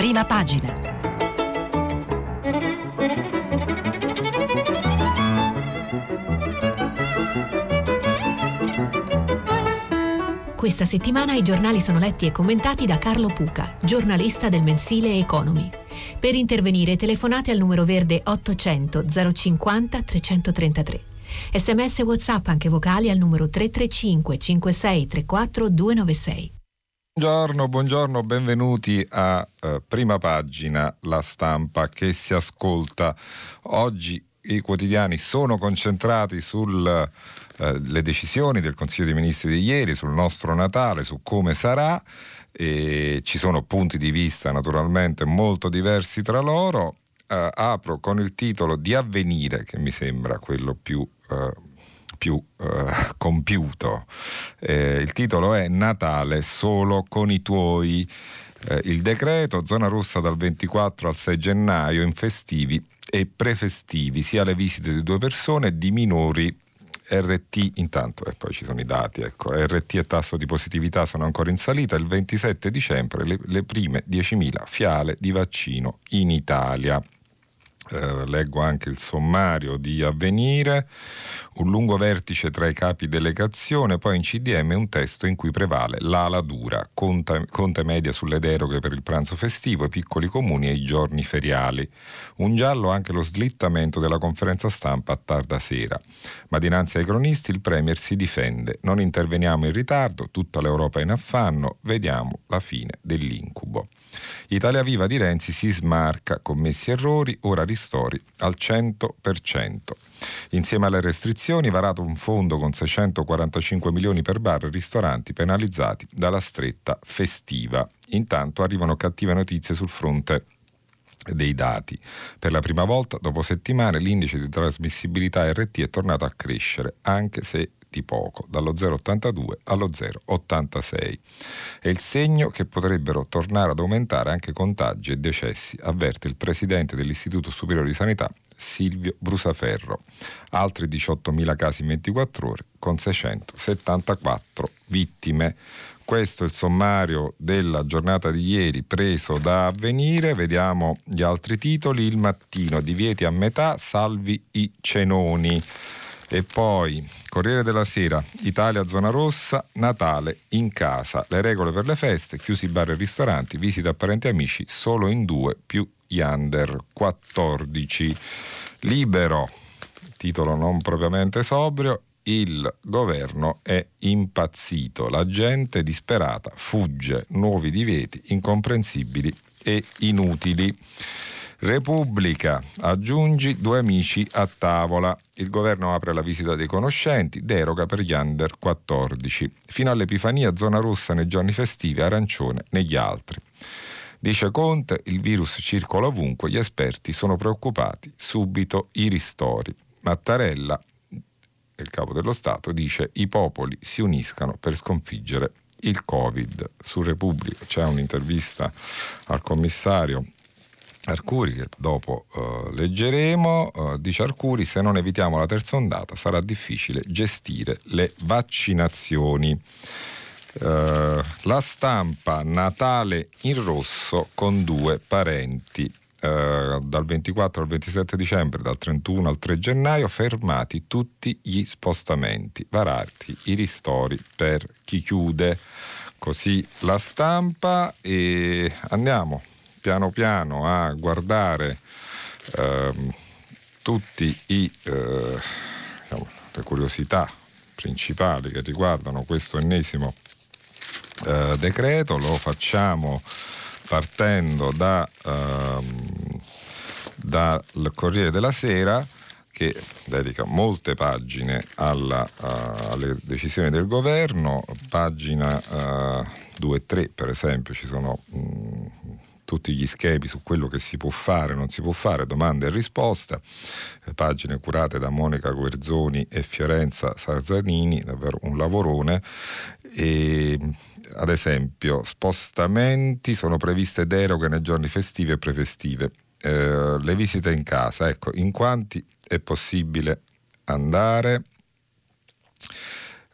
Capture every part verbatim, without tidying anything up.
Prima Pagina. Questa settimana i giornali sono letti e commentati da Carlo Puca, giornalista del mensile Economy. Per intervenire telefonate al numero verde ottocento zero cinquanta trecentotrentatré. Sms e WhatsApp anche vocali al numero tre tre cinque cinque sei tre quattro due nove sei. Buongiorno, buongiorno, benvenuti a uh, Prima Pagina, la stampa che si ascolta. Oggi i quotidiani sono concentrati sulle uh, decisioni del Consiglio dei Ministri di ieri, sul nostro Natale, su come sarà, e ci sono punti di vista naturalmente molto diversi tra loro. Uh, apro con il titolo di Avvenire, che mi sembra quello più... Uh, più uh, compiuto. Eh, il titolo è Natale solo con i tuoi. Eh, il decreto, zona rossa dal ventiquattro al sei gennaio in festivi e prefestivi, sia le visite di due persone di minori. R T intanto, e poi ci sono i dati, ecco, R T e tasso di positività sono ancora in salita. Il ventisette dicembre le, le prime diecimila fiale di vaccino in Italia. Uh, leggo anche il sommario di Avvenire, un lungo vertice tra i capi delegazione, poi in C D M un testo in cui prevale l'ala dura, conta, conte media sulle deroghe per il pranzo festivo, i piccoli comuni e i giorni feriali. Un giallo anche lo slittamento della conferenza stampa a tarda sera, ma dinanzi ai cronisti il Premier si difende: non interveniamo in ritardo, tutta l'Europa è in affanno, vediamo la fine dell'incubo. Italia Viva di Renzi si smarca, commessi errori, ora ristori al cento per cento. Insieme alle restrizioni varato un fondo con seicentoquarantacinque milioni per bar e ristoranti penalizzati dalla stretta festiva. Intanto arrivano cattive notizie sul fronte dei dati. Per la prima volta dopo settimane l'indice di trasmissibilità R T è tornato a crescere, anche se di poco, dallo zero virgola ottantadue allo zero virgola ottantasei. È il segno che potrebbero tornare ad aumentare anche contagi e decessi, avverte il presidente dell'Istituto Superiore di Sanità Silvio Brusaferro. Altri diciottomila casi in ventiquattro ore con seicentosettantaquattro vittime. Questo è il sommario della giornata di ieri preso da Avvenire. Vediamo gli altri titoli. Il Mattino, divieti a metà, salvi i cenoni. E poi Corriere della Sera, Italia zona rossa, Natale in casa, le regole per le feste, chiusi bar e ristoranti, visita a parenti e amici solo in due più gli under quattordici. Libero, titolo non propriamente sobrio, il governo è impazzito, la gente disperata fugge, nuovi divieti incomprensibili e inutili. Repubblica, aggiungi due amici a tavola, il governo apre la visita dei conoscenti, deroga per gli under quattordici, fino all'Epifania zona rossa nei giorni festivi, arancione negli altri. Dice Conte, il virus circola ovunque, gli esperti sono preoccupati, subito i ristori. Mattarella, il capo dello Stato, dice i popoli si uniscano per sconfiggere il Covid. Su Repubblica c'è un'intervista al commissario Arcuri che dopo uh, leggeremo. Uh, dice Arcuri, se non evitiamo la terza ondata sarà difficile gestire le vaccinazioni. Uh, la Stampa, Natale in rosso con due parenti. Uh, dal ventiquattro al ventisette dicembre, dal trentuno al tre gennaio, fermati tutti gli spostamenti, varati i ristori per chi chiude. Così la Stampa, e andiamo piano piano a guardare ehm, tutti i eh, diciamo, le curiosità principali che riguardano questo ennesimo eh, decreto. Lo facciamo partendo da ehm, dal Corriere della Sera, che dedica molte pagine alla, uh, alle decisioni del governo. Pagina uh, due e tre per esempio ci sono mh, tutti gli schemi su quello che si può fare, non si può fare, domande e risposte, eh, pagine curate da Monica Guerzoni e Fiorenza Sarzanini, davvero un lavorone. E, ad esempio, spostamenti, sono previste deroghe nei giorni festivi e prefestive, eh, le visite in casa, ecco, in quanti è possibile andare.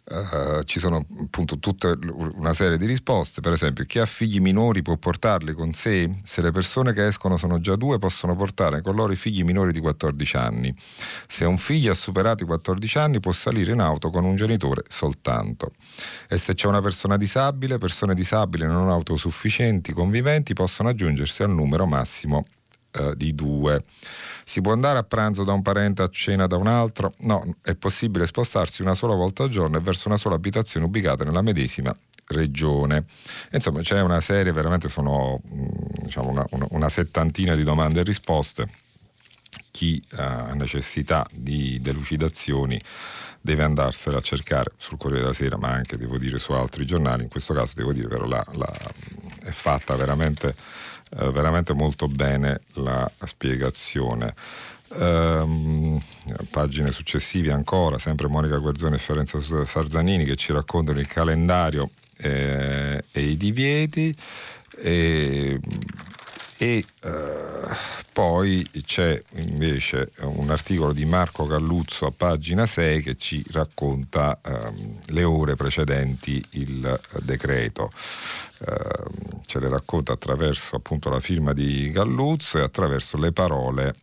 Uh, ci sono appunto tutta una serie di risposte. Per esempio, chi ha figli minori può portarli con sé? Se le persone che escono sono già due, possono portare con loro i figli minori di quattordici anni. Se un figlio ha superato i quattordici anni può salire in auto con un genitore soltanto. E se c'è una persona disabile, persone disabili non autosufficienti conviventi possono aggiungersi al numero massimo uh, di due. Si può andare a pranzo da un parente, a cena da un altro? No, è possibile spostarsi una sola volta al giorno e verso una sola abitazione ubicata nella medesima regione. Insomma, c'è una serie, veramente sono diciamo una, una, una settantina di domande e risposte. Chi ha necessità di delucidazioni deve andarsela a cercare sul Corriere della Sera, ma anche, devo dire, su altri giornali. In questo caso, devo dire, però la, la, è fatta veramente Eh, veramente molto bene la spiegazione. Ehm, pagine successive ancora, sempre Monica Guerzoni e Fiorenza Sarzanini che ci raccontano il calendario eh, e i divieti e, e eh, poi c'è invece un articolo di Marco Galluzzo a pagina sei che ci racconta ehm, le ore precedenti il decreto. Uh, ce le racconta attraverso appunto la firma di Galluzzo e attraverso le parole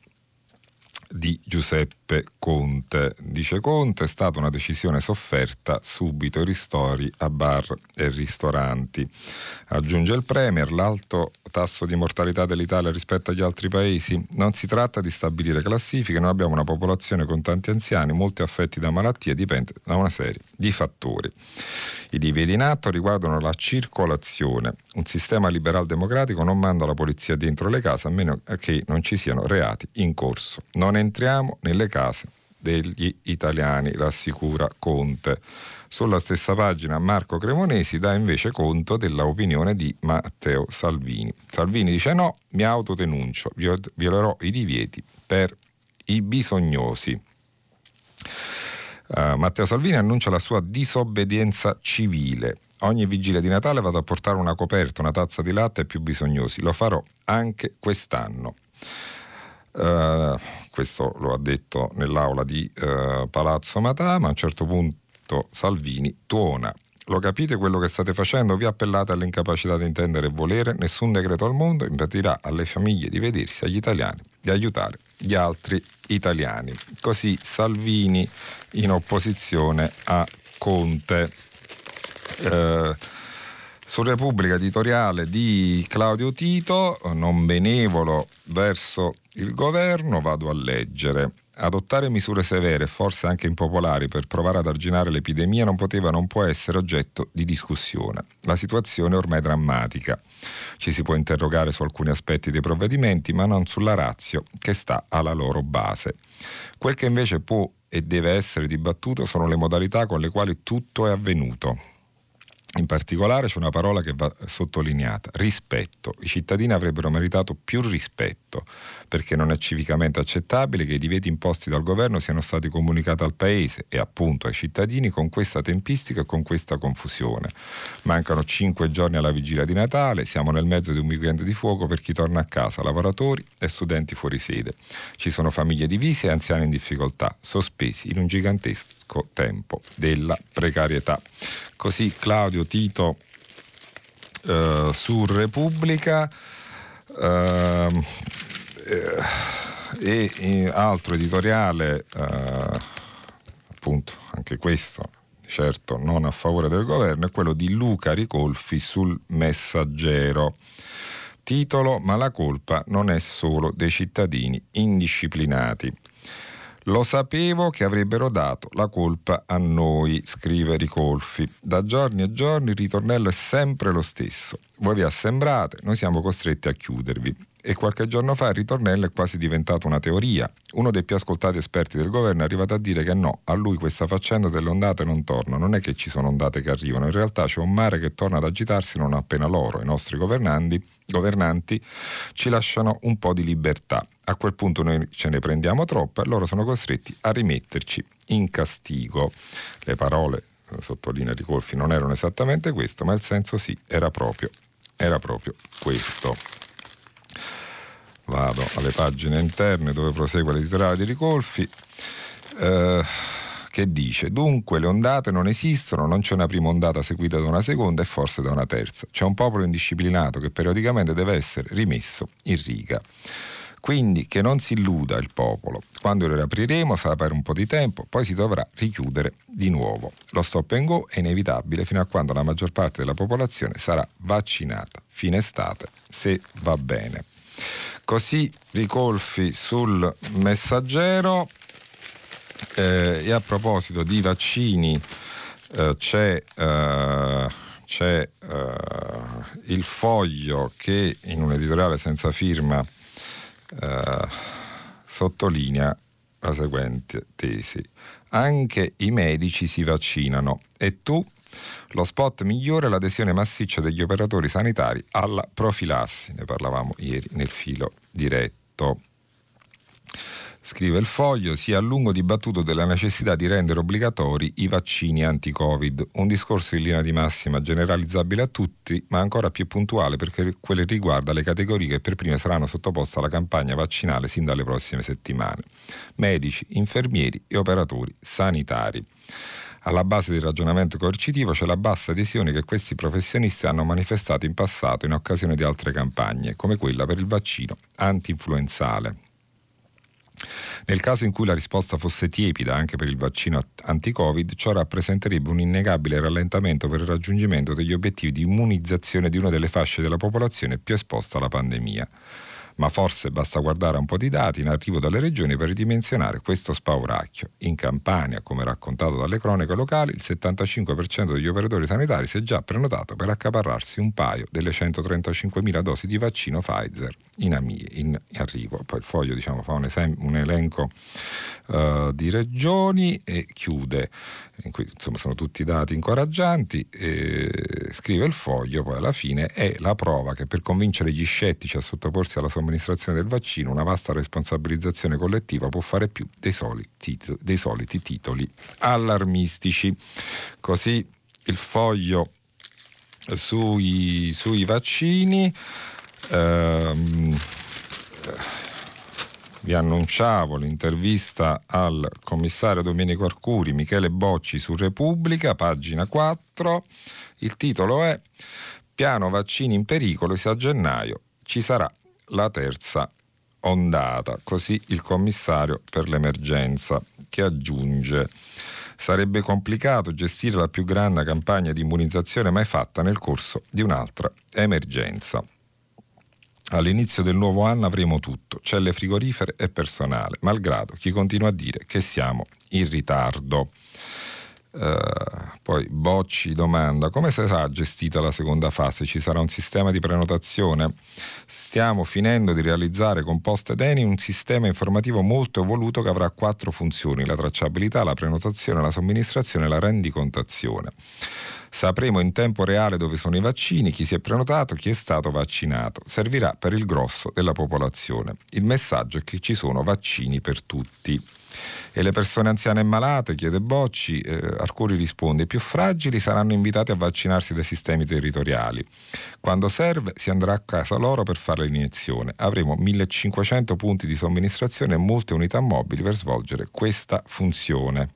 di Giuseppe Conte. Dice Conte: è stata una decisione sofferta, subito i ristori a bar e ristoranti. Aggiunge il Premier: l'alto tasso di mortalità dell'Italia rispetto agli altri paesi. Non si tratta di stabilire classifiche, noi abbiamo una popolazione con tanti anziani, molti affetti da malattie, dipende da una serie di fattori. I divieti in atto riguardano la circolazione. Un sistema liberal democratico non manda la polizia dentro le case a meno che non ci siano reati in corso. Non entriamo nelle case degli italiani, rassicura Conte. Sulla stessa pagina Marco Cremonesi dà invece conto della opinione di Matteo Salvini. Salvini dice: no, mi autodenuncio, violerò i divieti per i bisognosi. Uh, Matteo Salvini annuncia la sua disobbedienza civile. Ogni vigilia di Natale vado a portare una coperta, una tazza di latte ai più bisognosi. Lo farò anche quest'anno. Uh, questo lo ha detto nell'aula di uh, Palazzo Madama. A un certo punto Salvini tuona: lo capite quello che state facendo? Vi appellate all'incapacità di intendere e volere? Nessun decreto al mondo impedirà alle famiglie di vedersi, agli italiani di aiutare gli altri italiani. Così Salvini in opposizione a Conte. Eh, su Repubblica, editoriale di Claudio Tito, non benevolo verso il governo, vado a leggere: adottare misure severe, forse anche impopolari, per provare ad arginare l'epidemia non poteva, non può essere oggetto di discussione. La situazione è ormai drammatica. Ci si può interrogare su alcuni aspetti dei provvedimenti, ma non sulla ratio che sta alla loro base. Quel che invece può e deve essere dibattuto sono le modalità con le quali tutto è avvenuto. In particolare c'è una parola che va sottolineata: rispetto. I cittadini avrebbero meritato più rispetto, perché non è civicamente accettabile che i divieti imposti dal governo siano stati comunicati al Paese e appunto ai cittadini con questa tempistica e con questa confusione. Mancano cinque giorni alla vigilia di Natale, siamo nel mezzo di un weekend di fuoco per chi torna a casa, lavoratori e studenti fuori sede. Ci sono famiglie divise e anziani in difficoltà, sospesi in un gigantesco tempo della precarietà. Così Claudio Tito eh, su Repubblica. eh, e, e altro editoriale, eh, appunto anche questo certo non a favore del governo, è quello di Luca Ricolfi sul Messaggero. Titolo: ma la colpa non è solo dei cittadini indisciplinati. Lo sapevo che avrebbero dato la colpa a noi, scrive Ricolfi. Da giorni e giorni il ritornello è sempre lo stesso. Voi vi assembrate, noi siamo costretti a chiudervi. E qualche giorno fa il ritornello è quasi diventato una teoria. Uno dei più ascoltati esperti del governo è arrivato a dire che no, a lui questa faccenda delle ondate non torna. Non è che ci sono ondate che arrivano, in realtà c'è un mare che torna ad agitarsi non appena loro, i nostri governanti, governanti ci lasciano un po' di libertà. A quel punto noi ce ne prendiamo troppo e loro sono costretti a rimetterci in castigo. Le parole, sottolinea Ricolfi, non erano esattamente questo, ma il senso sì, era proprio, era proprio questo. Vado alle pagine interne dove prosegue l'editoriale di Ricolfi, eh, che che dice: dunque le ondate non esistono, non c'è una prima ondata seguita da una seconda e forse da una terza. C'è un popolo indisciplinato che periodicamente deve essere rimesso in riga. Quindi che non si illuda il popolo. Quando lo riapriremo sarà per un po' di tempo, poi si dovrà richiudere di nuovo. Lo stop and go è inevitabile fino a quando la maggior parte della popolazione sarà vaccinata. Fine estate, se va bene. Così Ricolfi sul Messaggero. Eh, e a proposito di vaccini eh, c'è, eh, c'è eh, il Foglio che in un editoriale senza firma Uh, sottolinea la seguente tesi: anche i medici si vaccinano e tu? Lo spot migliore è l'adesione massiccia degli operatori sanitari alla profilassi, ne parlavamo ieri nel filo diretto. Scrive il Foglio, si è a lungo dibattuto della necessità di rendere obbligatori i vaccini anti-Covid, un discorso in linea di massima generalizzabile a tutti, ma ancora più puntuale perché quello riguarda le categorie che per prime saranno sottoposte alla campagna vaccinale sin dalle prossime settimane: medici, infermieri e operatori sanitari. Alla base del ragionamento coercitivo c'è la bassa adesione che questi professionisti hanno manifestato in passato in occasione di altre campagne, come quella per il vaccino anti-influenzale. Nel caso in cui la risposta fosse tiepida anche per il vaccino anti-Covid, ciò rappresenterebbe un innegabile rallentamento per il raggiungimento degli obiettivi di immunizzazione di una delle fasce della popolazione più esposta alla pandemia. Ma forse basta guardare a un po' di dati in arrivo dalle regioni per ridimensionare questo spauracchio. In Campania, come raccontato dalle cronache locali, il settantacinque per cento degli operatori sanitari si è già prenotato per accaparrarsi un paio delle centotrentacinquemila dosi di vaccino Pfizer in, ami- in arrivo. Poi il Foglio, diciamo, fa un, esem- un elenco uh, di regioni e chiude, in cui insomma sono tutti dati incoraggianti. E scrive il Foglio, poi alla fine è la prova che per convincere gli scettici a sottoporsi alla somministrazione del vaccino una vasta responsabilizzazione collettiva può fare più dei soliti titoli, dei soliti titoli allarmistici. Così il Foglio sui, sui vaccini. Ehm, vi annunciavo l'intervista al commissario Domenico Arcuri, Michele Bocci su Repubblica, pagina quattro. Il titolo è: piano vaccini in pericolo, se a gennaio ci sarà la terza ondata. Così il commissario per l'emergenza, che aggiunge: sarebbe complicato gestire la più grande campagna di immunizzazione mai fatta nel corso di un'altra emergenza. All'inizio del nuovo anno avremo tutto, celle frigorifere e personale, malgrado chi continua a dire che siamo in ritardo. Uh, poi Bocci domanda: come sarà gestita la seconda fase? Ci sarà un sistema di prenotazione? Stiamo finendo di realizzare con Poste Deni un sistema informativo molto evoluto che avrà quattro funzioni: la tracciabilità, la prenotazione, la somministrazione e la rendicontazione. Sapremo in tempo reale dove sono i vaccini, chi si è prenotato, chi è stato vaccinato. Servirà per il grosso della popolazione. Il messaggio è che ci sono vaccini per tutti. E le persone anziane e malate, chiede Bocci. eh, Arcuri risponde: i più fragili saranno invitati a vaccinarsi dai sistemi territoriali. Quando serve si andrà a casa loro per fare l'iniezione. Avremo millecinquecento punti di somministrazione e molte unità mobili per svolgere questa funzione.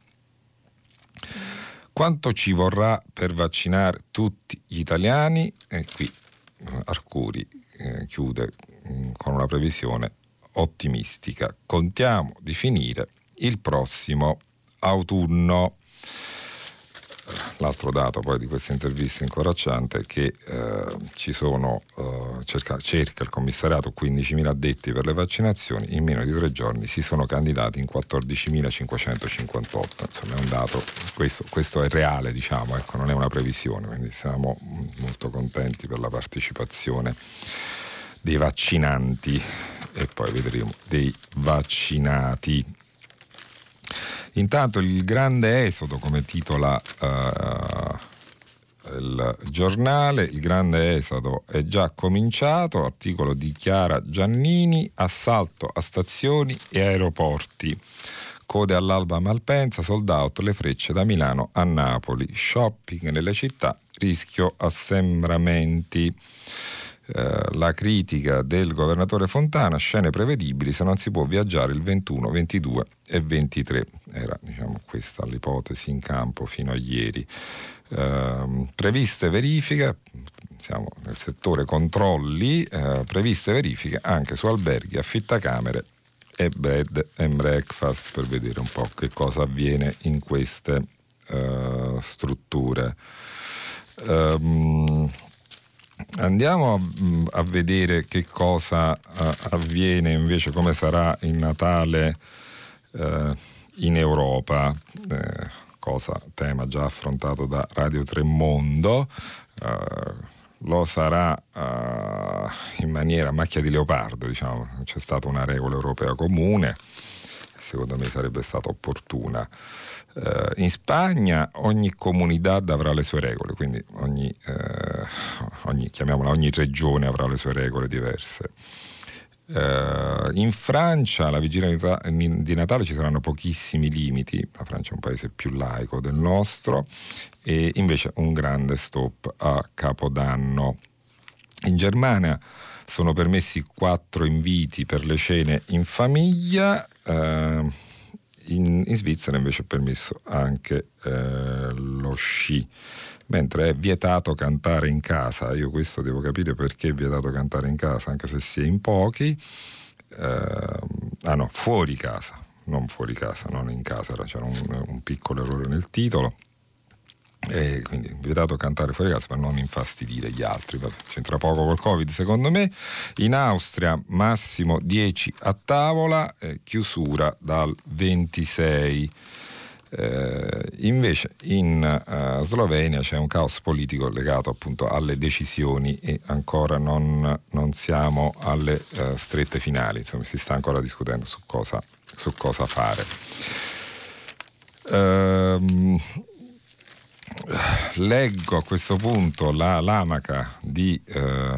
Quanto ci vorrà per vaccinare tutti gli italiani? E qui Arcuri eh, chiude mh, con una previsione ottimistica: contiamo di finire il prossimo autunno. L'altro dato poi di questa intervista incoraggiante è che eh, ci sono eh, cerca, cerca il commissariato quindicimila addetti per le vaccinazioni, in meno di tre giorni si sono candidati in quattordicimilacinquecentocinquantotto. Insomma è un dato, questo, questo è reale, diciamo, ecco, non è una previsione, quindi siamo molto contenti per la partecipazione dei vaccinanti e poi vedremo dei vaccinati. Intanto il grande esodo, come titola uh, il giornale, il grande esodo è già cominciato, articolo di Chiara Giannini: assalto a stazioni e aeroporti, code all'alba a Malpensa, sold out le frecce da Milano a Napoli, shopping nelle città, rischio assembramenti. eh, la critica del governatore Fontana, scene prevedibili se non si può viaggiare il ventuno, ventidue e ventitré. Era, diciamo, questa l'ipotesi in campo fino a ieri. Eh, previste verifiche, siamo nel settore controlli, eh, previste verifiche anche su alberghi, affittacamere e bed and breakfast, per vedere un po' che cosa avviene in queste uh, strutture. Um, andiamo a, a vedere che cosa uh, avviene invece, come sarà il Natale uh, in Europa, uh, cosa, tema già affrontato da Radio Tremondo. Uh, lo sarà uh, in maniera macchia di leopardo, diciamo. C'è stata una regola europea comune, secondo me sarebbe stata opportuna. Uh, in Spagna ogni comunità avrà le sue regole, quindi ogni, uh, ogni, chiamiamola, ogni regione avrà le sue regole diverse. Uh, in Francia la vigilia di Natale ci saranno pochissimi limiti, la Francia è un paese più laico del nostro, e invece un grande stop a Capodanno. In Germania sono permessi quattro inviti per le cene in famiglia, uh, in, in Svizzera invece è permesso anche uh, lo sci, mentre è vietato cantare in casa. Io questo devo capire perché è vietato cantare in casa, anche se si è in pochi. Eh, ah no, fuori casa, non fuori casa, non in casa, c'era un, un piccolo errore nel titolo. E quindi vietato cantare fuori casa per non infastidire gli altri. Vabbè, c'entra poco col Covid secondo me. In Austria massimo dieci a tavola, eh, chiusura dal ventisei. Eh, invece in uh, Slovenia c'è un caos politico legato appunto alle decisioni e ancora non, non siamo alle uh, strette finali, insomma si sta ancora discutendo su cosa, su cosa fare. Ehm, leggo a questo punto la l'amaca di uh,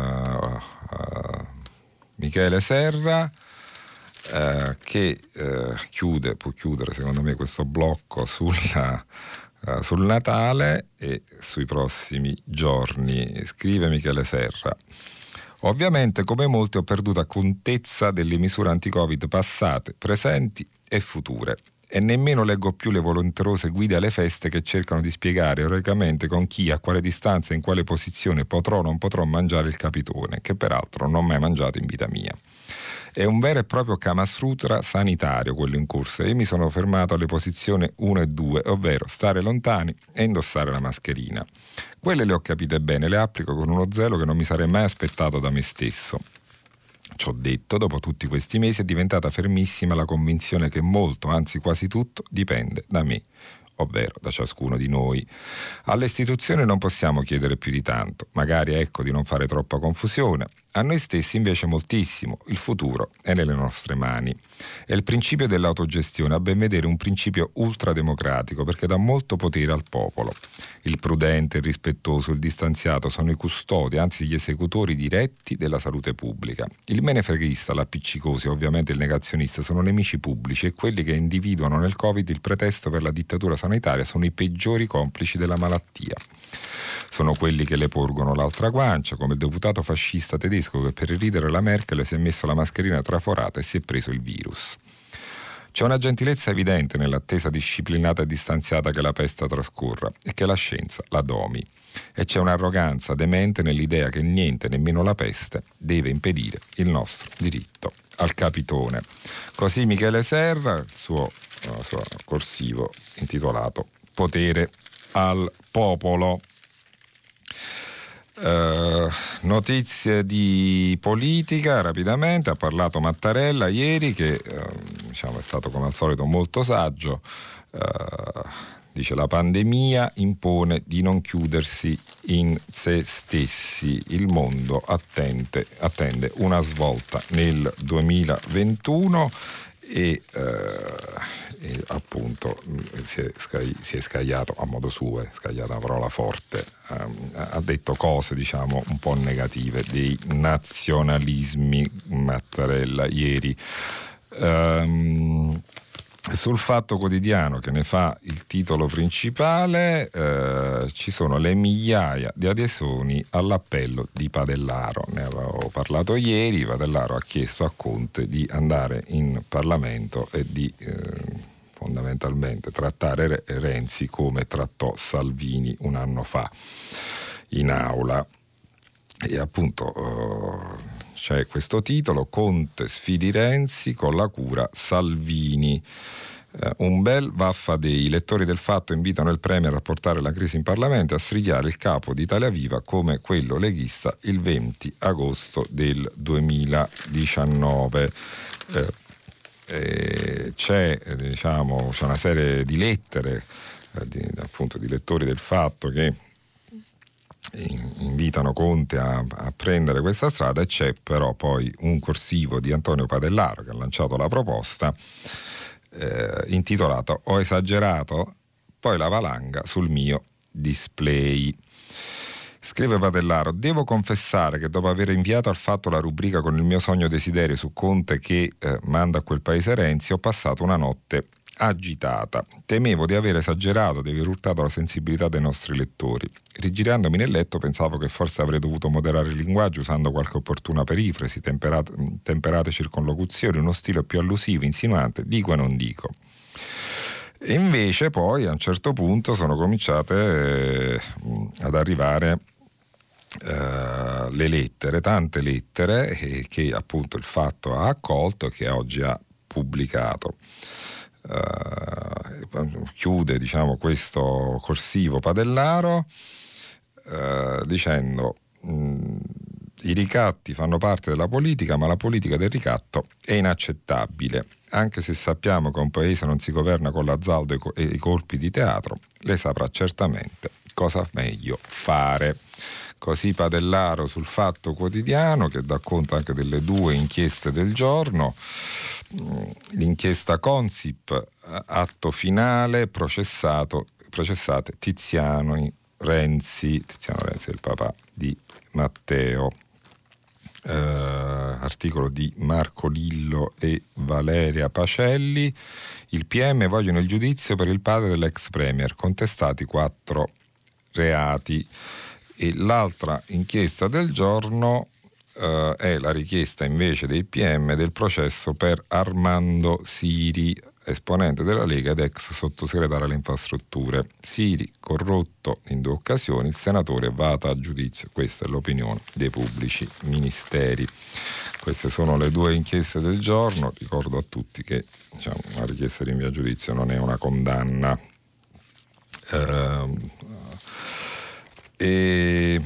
uh, Michele Serra, Uh, che uh, chiude, può chiudere secondo me questo blocco sulla, uh, sul Natale e sui prossimi giorni. Scrive Michele Serra: ovviamente come molti ho perduto contezza delle misure anti-Covid passate, presenti e future, e nemmeno leggo più le volenterose guide alle feste che cercano di spiegare eroicamente con chi, a quale distanza e in quale posizione potrò o non potrò mangiare il capitone, che peraltro non ho mai mangiato in vita mia. È un vero e proprio Kama Sutra sanitario quello in corso, e io mi sono fermato alle posizioni uno e due, ovvero stare lontani e indossare la mascherina. Quelle le ho capite bene, le applico con uno zelo che non mi sarei mai aspettato da me stesso. Ciò detto, dopo tutti questi mesi è diventata fermissima la convinzione che molto, anzi quasi tutto, dipende da me, ovvero da ciascuno di noi. Alle istituzioni non possiamo chiedere più di tanto, magari ecco di non fare troppa confusione. A noi stessi invece moltissimo, il futuro è nelle nostre mani. È il principio dell'autogestione, a ben vedere un principio ultrademocratico, perché dà molto potere al popolo. Il prudente, il rispettoso, il distanziato sono i custodi, anzi gli esecutori diretti della salute pubblica. Il menefreghista, l'appiccicoso e ovviamente il negazionista sono nemici pubblici, e quelli che individuano nel Covid il pretesto per la dittatura sanitaria sono i peggiori complici della malattia. Sono quelli che le porgono l'altra guancia, come il deputato fascista tedesco che per ridere la Merkel si è messo la mascherina traforata e si è preso il virus. C'è una gentilezza evidente nell'attesa disciplinata e distanziata che la peste trascorra e che la scienza la domi. E c'è un'arroganza demente nell'idea che niente, nemmeno la peste, deve impedire il nostro diritto al capitone. Così Michele Serra, il suo, il suo corsivo intitolato Potere al popolo. Uh, notizie di politica rapidamente. Ha parlato Mattarella ieri che uh, diciamo è stato come al solito molto saggio. Uh, dice: la pandemia impone di non chiudersi in se stessi, il mondo attende, attende una svolta nel duemilaventuno e uh, E appunto si è, scagli- si è scagliato a modo suo, è scagliata una parola forte, um, ha detto cose diciamo un po' negative dei nazionalismi Mattarella ieri. Um, Sul Fatto Quotidiano, che ne fa il titolo principale, eh, ci sono le migliaia di adesioni all'appello di Padellaro. Ne avevo parlato ieri. Padellaro ha chiesto a Conte di andare in Parlamento e di eh, fondamentalmente trattare Renzi come trattò Salvini un anno fa in aula. E appunto eh, c'è questo titolo: Conte sfidi Renzi con la cura Salvini. Eh, un bel vaffa dei. I lettori del Fatto invitano il Premier a portare la crisi in Parlamento e a strigliare il capo di Italia Viva come quello leghista il venti agosto del duemiladiciannove. Eh, eh, c'è, eh, diciamo, c'è una serie di lettere eh, di, appunto di lettori del Fatto che invitano Conte a, a prendere questa strada, e c'è però poi un corsivo di Antonio Padellaro che ha lanciato la proposta eh, intitolato "Ho esagerato? Poi la valanga sul mio display". Scrive Padellaro: devo confessare che dopo aver inviato al Fatto la rubrica con il mio sogno desiderio su Conte che eh, manda a quel paese Renzi, ho passato una notte agitata. Temevo di aver esagerato, di aver urtato la sensibilità dei nostri lettori. Rigirandomi nel letto pensavo che forse avrei dovuto moderare il linguaggio usando qualche opportuna perifrasi, temperate, temperate circonlocuzioni, uno stile più allusivo, insinuante, dico e non dico. E invece poi a un certo punto sono cominciate eh, ad arrivare eh, le lettere, tante lettere eh, che appunto il Fatto ha accolto e che oggi ha pubblicato. Uh, chiude, diciamo, questo corsivo Padellaro uh, dicendo mh, i ricatti fanno parte della politica, ma la politica del ricatto è inaccettabile. Anche se sappiamo che un paese non si governa con l'azzaldo e, co- e i colpi di teatro, lei saprà certamente cosa meglio fare. Così Padellaro sul Fatto Quotidiano, che dà conto anche delle due inchieste del giorno. L'inchiesta Consip, atto finale, processato, processate Tiziano Renzi, Tiziano Renzi è il papà di Matteo, eh, articolo di Marco Lillo e Valeria Pacelli. Il P M vogliono il giudizio per il padre dell'ex premier, contestati quattro reati. E l'altra inchiesta del giorno Uh, è la richiesta invece dei P M del processo per Armando Siri, esponente della Lega ed ex sottosegretario alle infrastrutture. Siri, corrotto in due occasioni, il senatore vata a giudizio. Questa è l'opinione dei pubblici ministeri. Queste sono le due inchieste del giorno. Ricordo a tutti che, diciamo, una richiesta di rinvio a giudizio non è una condanna. Uh, e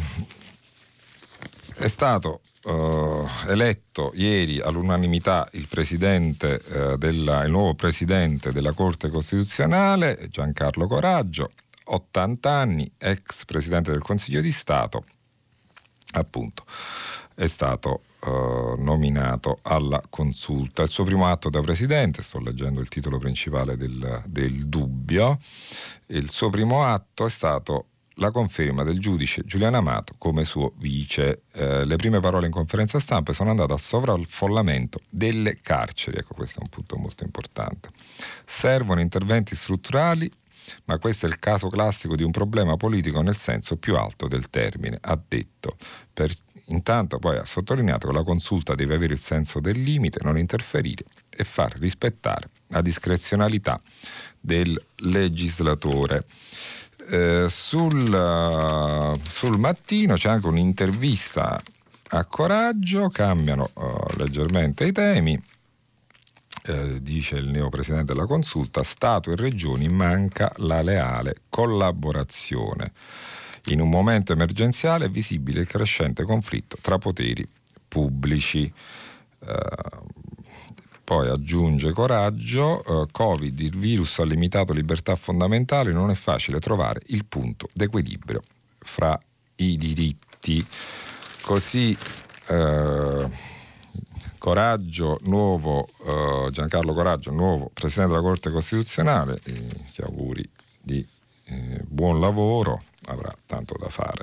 è stato Uh, eletto ieri all'unanimità il presidente uh, della, il nuovo presidente della Corte Costituzionale, Giancarlo Coraggio, ottanta anni, ex presidente del Consiglio di Stato, appunto è stato uh, nominato alla Consulta. Il suo primo atto da presidente, sto leggendo il titolo principale del, del Dubbio, il suo primo atto è stato la conferma del giudice Giuliano Amato come suo vice. Eh, le prime parole in conferenza stampa sono andate al sovraffollamento delle carceri. Ecco, questo è un punto molto importante. Servono interventi strutturali, ma questo è il caso classico di un problema politico nel senso più alto del termine, ha detto. Per, intanto poi ha sottolineato che la consulta deve avere il senso del limite, non interferire e far rispettare la discrezionalità del legislatore. Eh, sul, uh, sul Mattino c'è anche un'intervista a Coraggio, cambiano uh, leggermente i temi, eh, dice il neopresidente della Consulta: Stato e Regioni manca la leale collaborazione. In un momento emergenziale è visibile il crescente conflitto tra poteri pubblici. Uh, Poi aggiunge Coraggio, eh, Covid, il virus ha limitato libertà fondamentali, non è facile trovare il punto d'equilibrio fra i diritti. Così eh, Coraggio, nuovo, eh, Giancarlo Coraggio, nuovo Presidente della Corte Costituzionale, eh, gli auguri di eh, buon lavoro, avrà tanto da fare.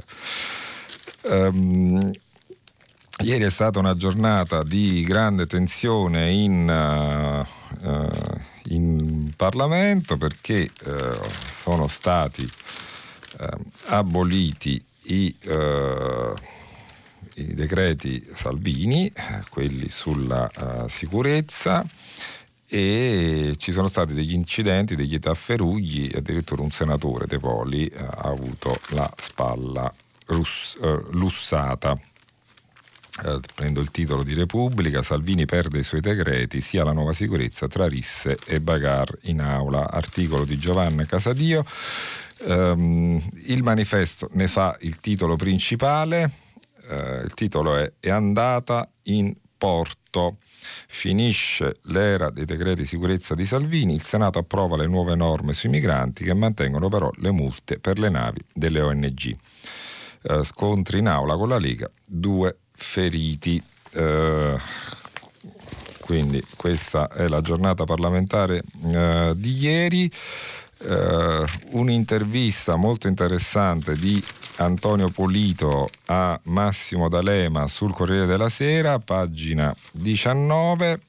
Um, Ieri è stata una giornata di grande tensione in, uh, uh, in Parlamento perché eh, sono stati eh, aboliti i, eh, i decreti Salvini, quelli sulla uh, sicurezza, e ci sono stati degli incidenti, degli tafferugli, addirittura un senatore De Poli uh, ha avuto la spalla russ- uh, lussata. Uh, prendo il titolo di Repubblica: Salvini perde i suoi decreti, sia la nuova sicurezza tra risse e bagarre in aula. Articolo di Giovanna Casadio. Um, il Manifesto ne fa il titolo principale. Uh, il titolo è È andata in porto. Finisce l'era dei decreti sicurezza di Salvini, il Senato approva le nuove norme sui migranti che mantengono però le multe per le navi delle O N G. Uh, scontri in aula con la Lega, due feriti. Uh, quindi questa è la giornata parlamentare uh, di ieri. Uh, un'intervista molto interessante di Antonio Polito a Massimo D'Alema sul Corriere della Sera, pagina diciannove.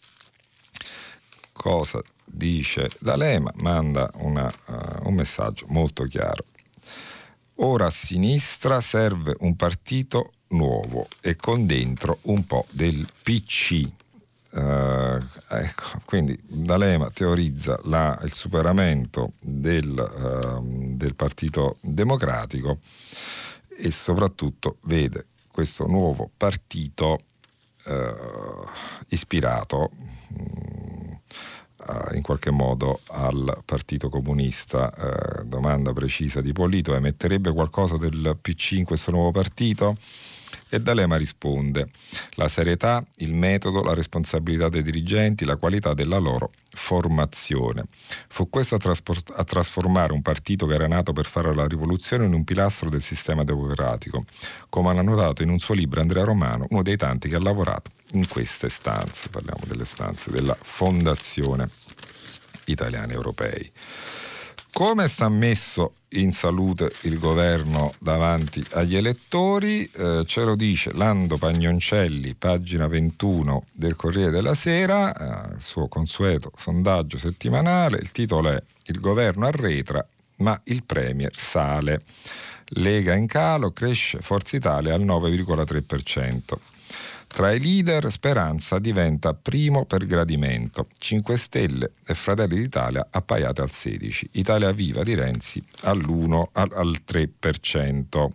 Cosa dice D'Alema? Manda una, uh, un messaggio molto chiaro. Ora a sinistra serve un partito nuovo e con dentro un po' del P C. Uh, ecco, quindi D'Alema teorizza la, il superamento del, uh, del Partito Democratico e soprattutto vede questo nuovo partito uh, ispirato um, uh, in qualche modo al Partito Comunista. Uh, domanda precisa di Polito: emetterebbe qualcosa del P C in questo nuovo partito? E D'Alema risponde: la serietà, il metodo, la responsabilità dei dirigenti, la qualità della loro formazione. Fu questo a, trasport- a trasformare un partito che era nato per fare la rivoluzione in un pilastro del sistema democratico, come ha notato in un suo libro Andrea Romano, uno dei tanti che ha lavorato in queste stanze. Parliamo delle stanze della Fondazione Italiani Europei. Come sta messo in salute il governo davanti agli elettori? Eh, ce lo dice Lando Pagnoncelli, pagina ventuno del Corriere della Sera, eh, il suo consueto sondaggio settimanale. Il titolo è: il governo arretra, ma il premier sale. Lega in calo, cresce Forza Italia al nove virgola tre per cento. Tra i leader Speranza diventa primo per gradimento, cinque Stelle e Fratelli d'Italia appaiate al sedici, Italia Viva di Renzi all'uno, al, al tre per cento.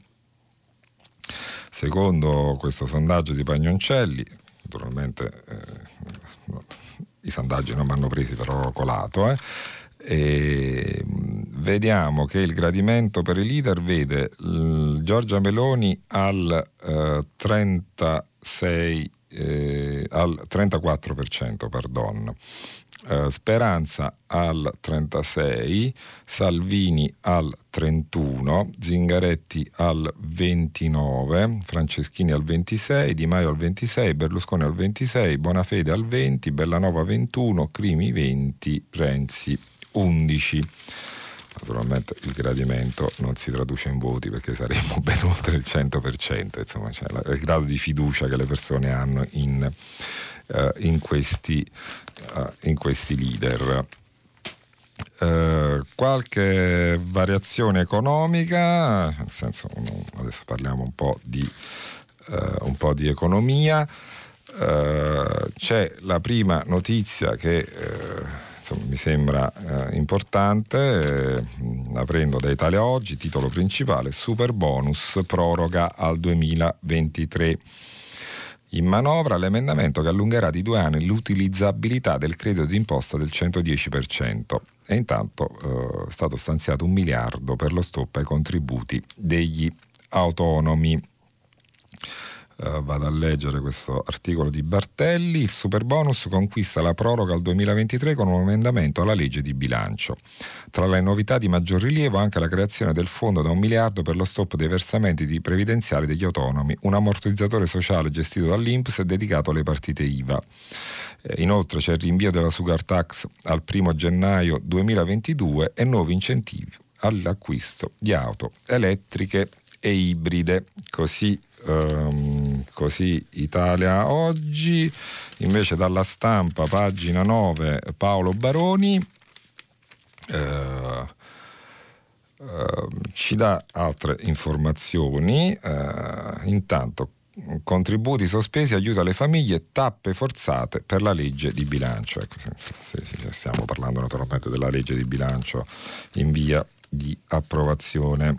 Secondo questo sondaggio di Pagnoncelli, naturalmente eh, i sondaggi non mi hanno presi, però ho colato, eh, e vediamo che il gradimento per i leader vede l- Giorgia Meloni al eh, trentasei eh, al trentaquattro per cento, pardon. Uh, Speranza al trentasei, Salvini al trentuno, Zingaretti al ventinove, Franceschini al ventisei, Di Maio al ventisei, Berlusconi al ventisei, Bonafede al venti, Bellanova ventuno, Crimi venti, Renzi undici. Naturalmente il gradimento non si traduce in voti perché saremmo ben oltre il cento per cento, insomma, cioè la, il grado di fiducia che le persone hanno in, uh, in, questi, uh, in questi leader. Uh, qualche variazione economica, nel senso, adesso parliamo un po' di, uh, un po' di economia. Uh, c'è la prima notizia che uh, insomma, mi sembra uh, importante, eh, la prendo da Italia Oggi, titolo principale: super bonus proroga al duemilaventitré. In manovra l'emendamento che allungherà di due anni l'utilizzabilità del credito d'imposta del centodieci per cento. E intanto eh, è stato stanziato un miliardo per lo stop ai contributi degli autonomi. Uh, vado a leggere questo articolo di Bartelli. Il superbonus conquista la proroga al duemilaventitré con un emendamento alla legge di bilancio. Tra le novità di maggior rilievo anche la creazione del fondo da un miliardo per lo stop dei versamenti di previdenziali degli autonomi, un ammortizzatore sociale gestito dall'I N P S e dedicato alle partite I V A. Eh, inoltre c'è il rinvio della sugar tax al primo gennaio duemilaventidue e nuovi incentivi all'acquisto di auto elettriche e ibride. Così Um, così Italia Oggi. Invece dalla Stampa, pagina nove, Paolo Baroni, eh, eh, ci dà altre informazioni. Eh, intanto, contributi sospesi, aiuto alle famiglie, tappe forzate per la legge di bilancio. Ecco, se, se, se stiamo parlando naturalmente della legge di bilancio in via di approvazione.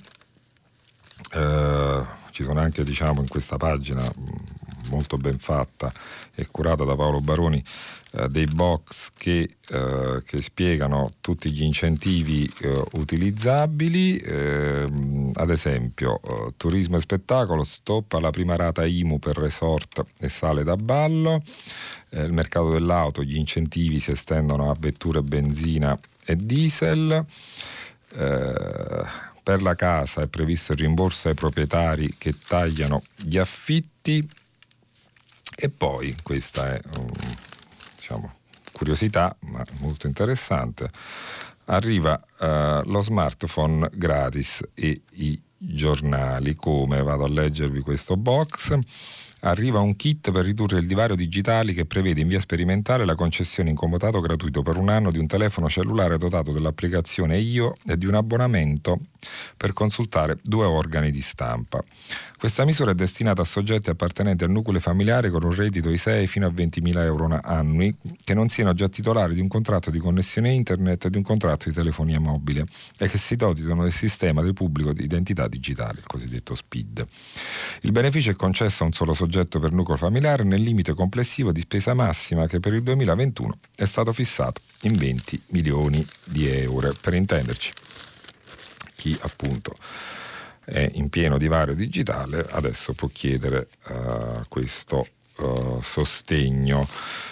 Eh, ci sono anche, diciamo, in questa pagina molto ben fatta e curata da Paolo Baroni, eh, dei box che, eh, che spiegano tutti gli incentivi eh, utilizzabili. Eh, ad esempio, eh, turismo e spettacolo, stop alla prima rata I M U per resort e sale da ballo. Eh, il mercato dell'auto, gli incentivi si estendono a vetture benzina e diesel. Eh, per la casa è previsto il rimborso ai proprietari che tagliano gli affitti. E poi, questa è um, diciamo curiosità ma molto interessante, arriva uh, lo smartphone gratis e i giornali. Come? Vado a leggervi questo box. Arriva un kit per ridurre il divario digitale che prevede in via sperimentale la concessione in comodato gratuito per un anno di un telefono cellulare dotato dell'applicazione Io e di un abbonamento per consultare due organi di stampa. Questa misura è destinata a soggetti appartenenti al nucleo familiare con un reddito I S E E fino a ventimila euro annui che non siano già titolari di un contratto di connessione internet e di un contratto di telefonia mobile e che si dotino del sistema del pubblico di identità digitale, il cosiddetto S P I D. Il beneficio è concesso a un solo soggetto per nucleo familiare nel limite complessivo di spesa massima che per il duemilaventuno è stato fissato in venti milioni di euro. Per intenderci, chi appunto è in pieno divario digitale adesso può chiedere uh, questo uh, sostegno.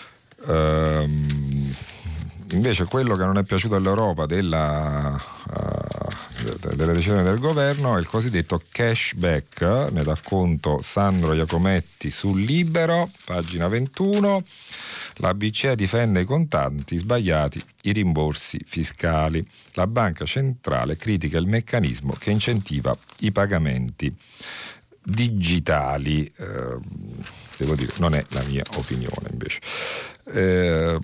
Um, invece quello che non è piaciuto all'Europa della, uh, delle decisioni del governo è il cosiddetto cashback. Ne dà conto Sandro Iacometti sul Libero, pagina ventuno. La B C E difende i contanti, sbagliati i rimborsi fiscali. La banca centrale critica il meccanismo che incentiva i pagamenti digitali. Eh, devo dire, non è la mia opinione invece. Eh,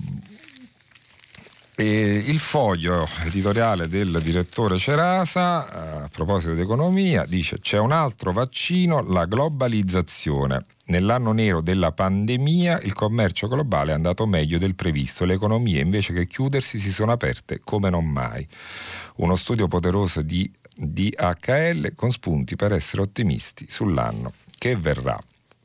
E il foglio editoriale del direttore Cerasa, a proposito di economia, dice: c'è un altro vaccino, la globalizzazione. Nell'anno nero della pandemia il commercio globale è andato meglio del previsto, le economie invece che chiudersi si sono aperte come non mai. Uno studio poderoso di D H L con spunti per essere ottimisti sull'anno che verrà.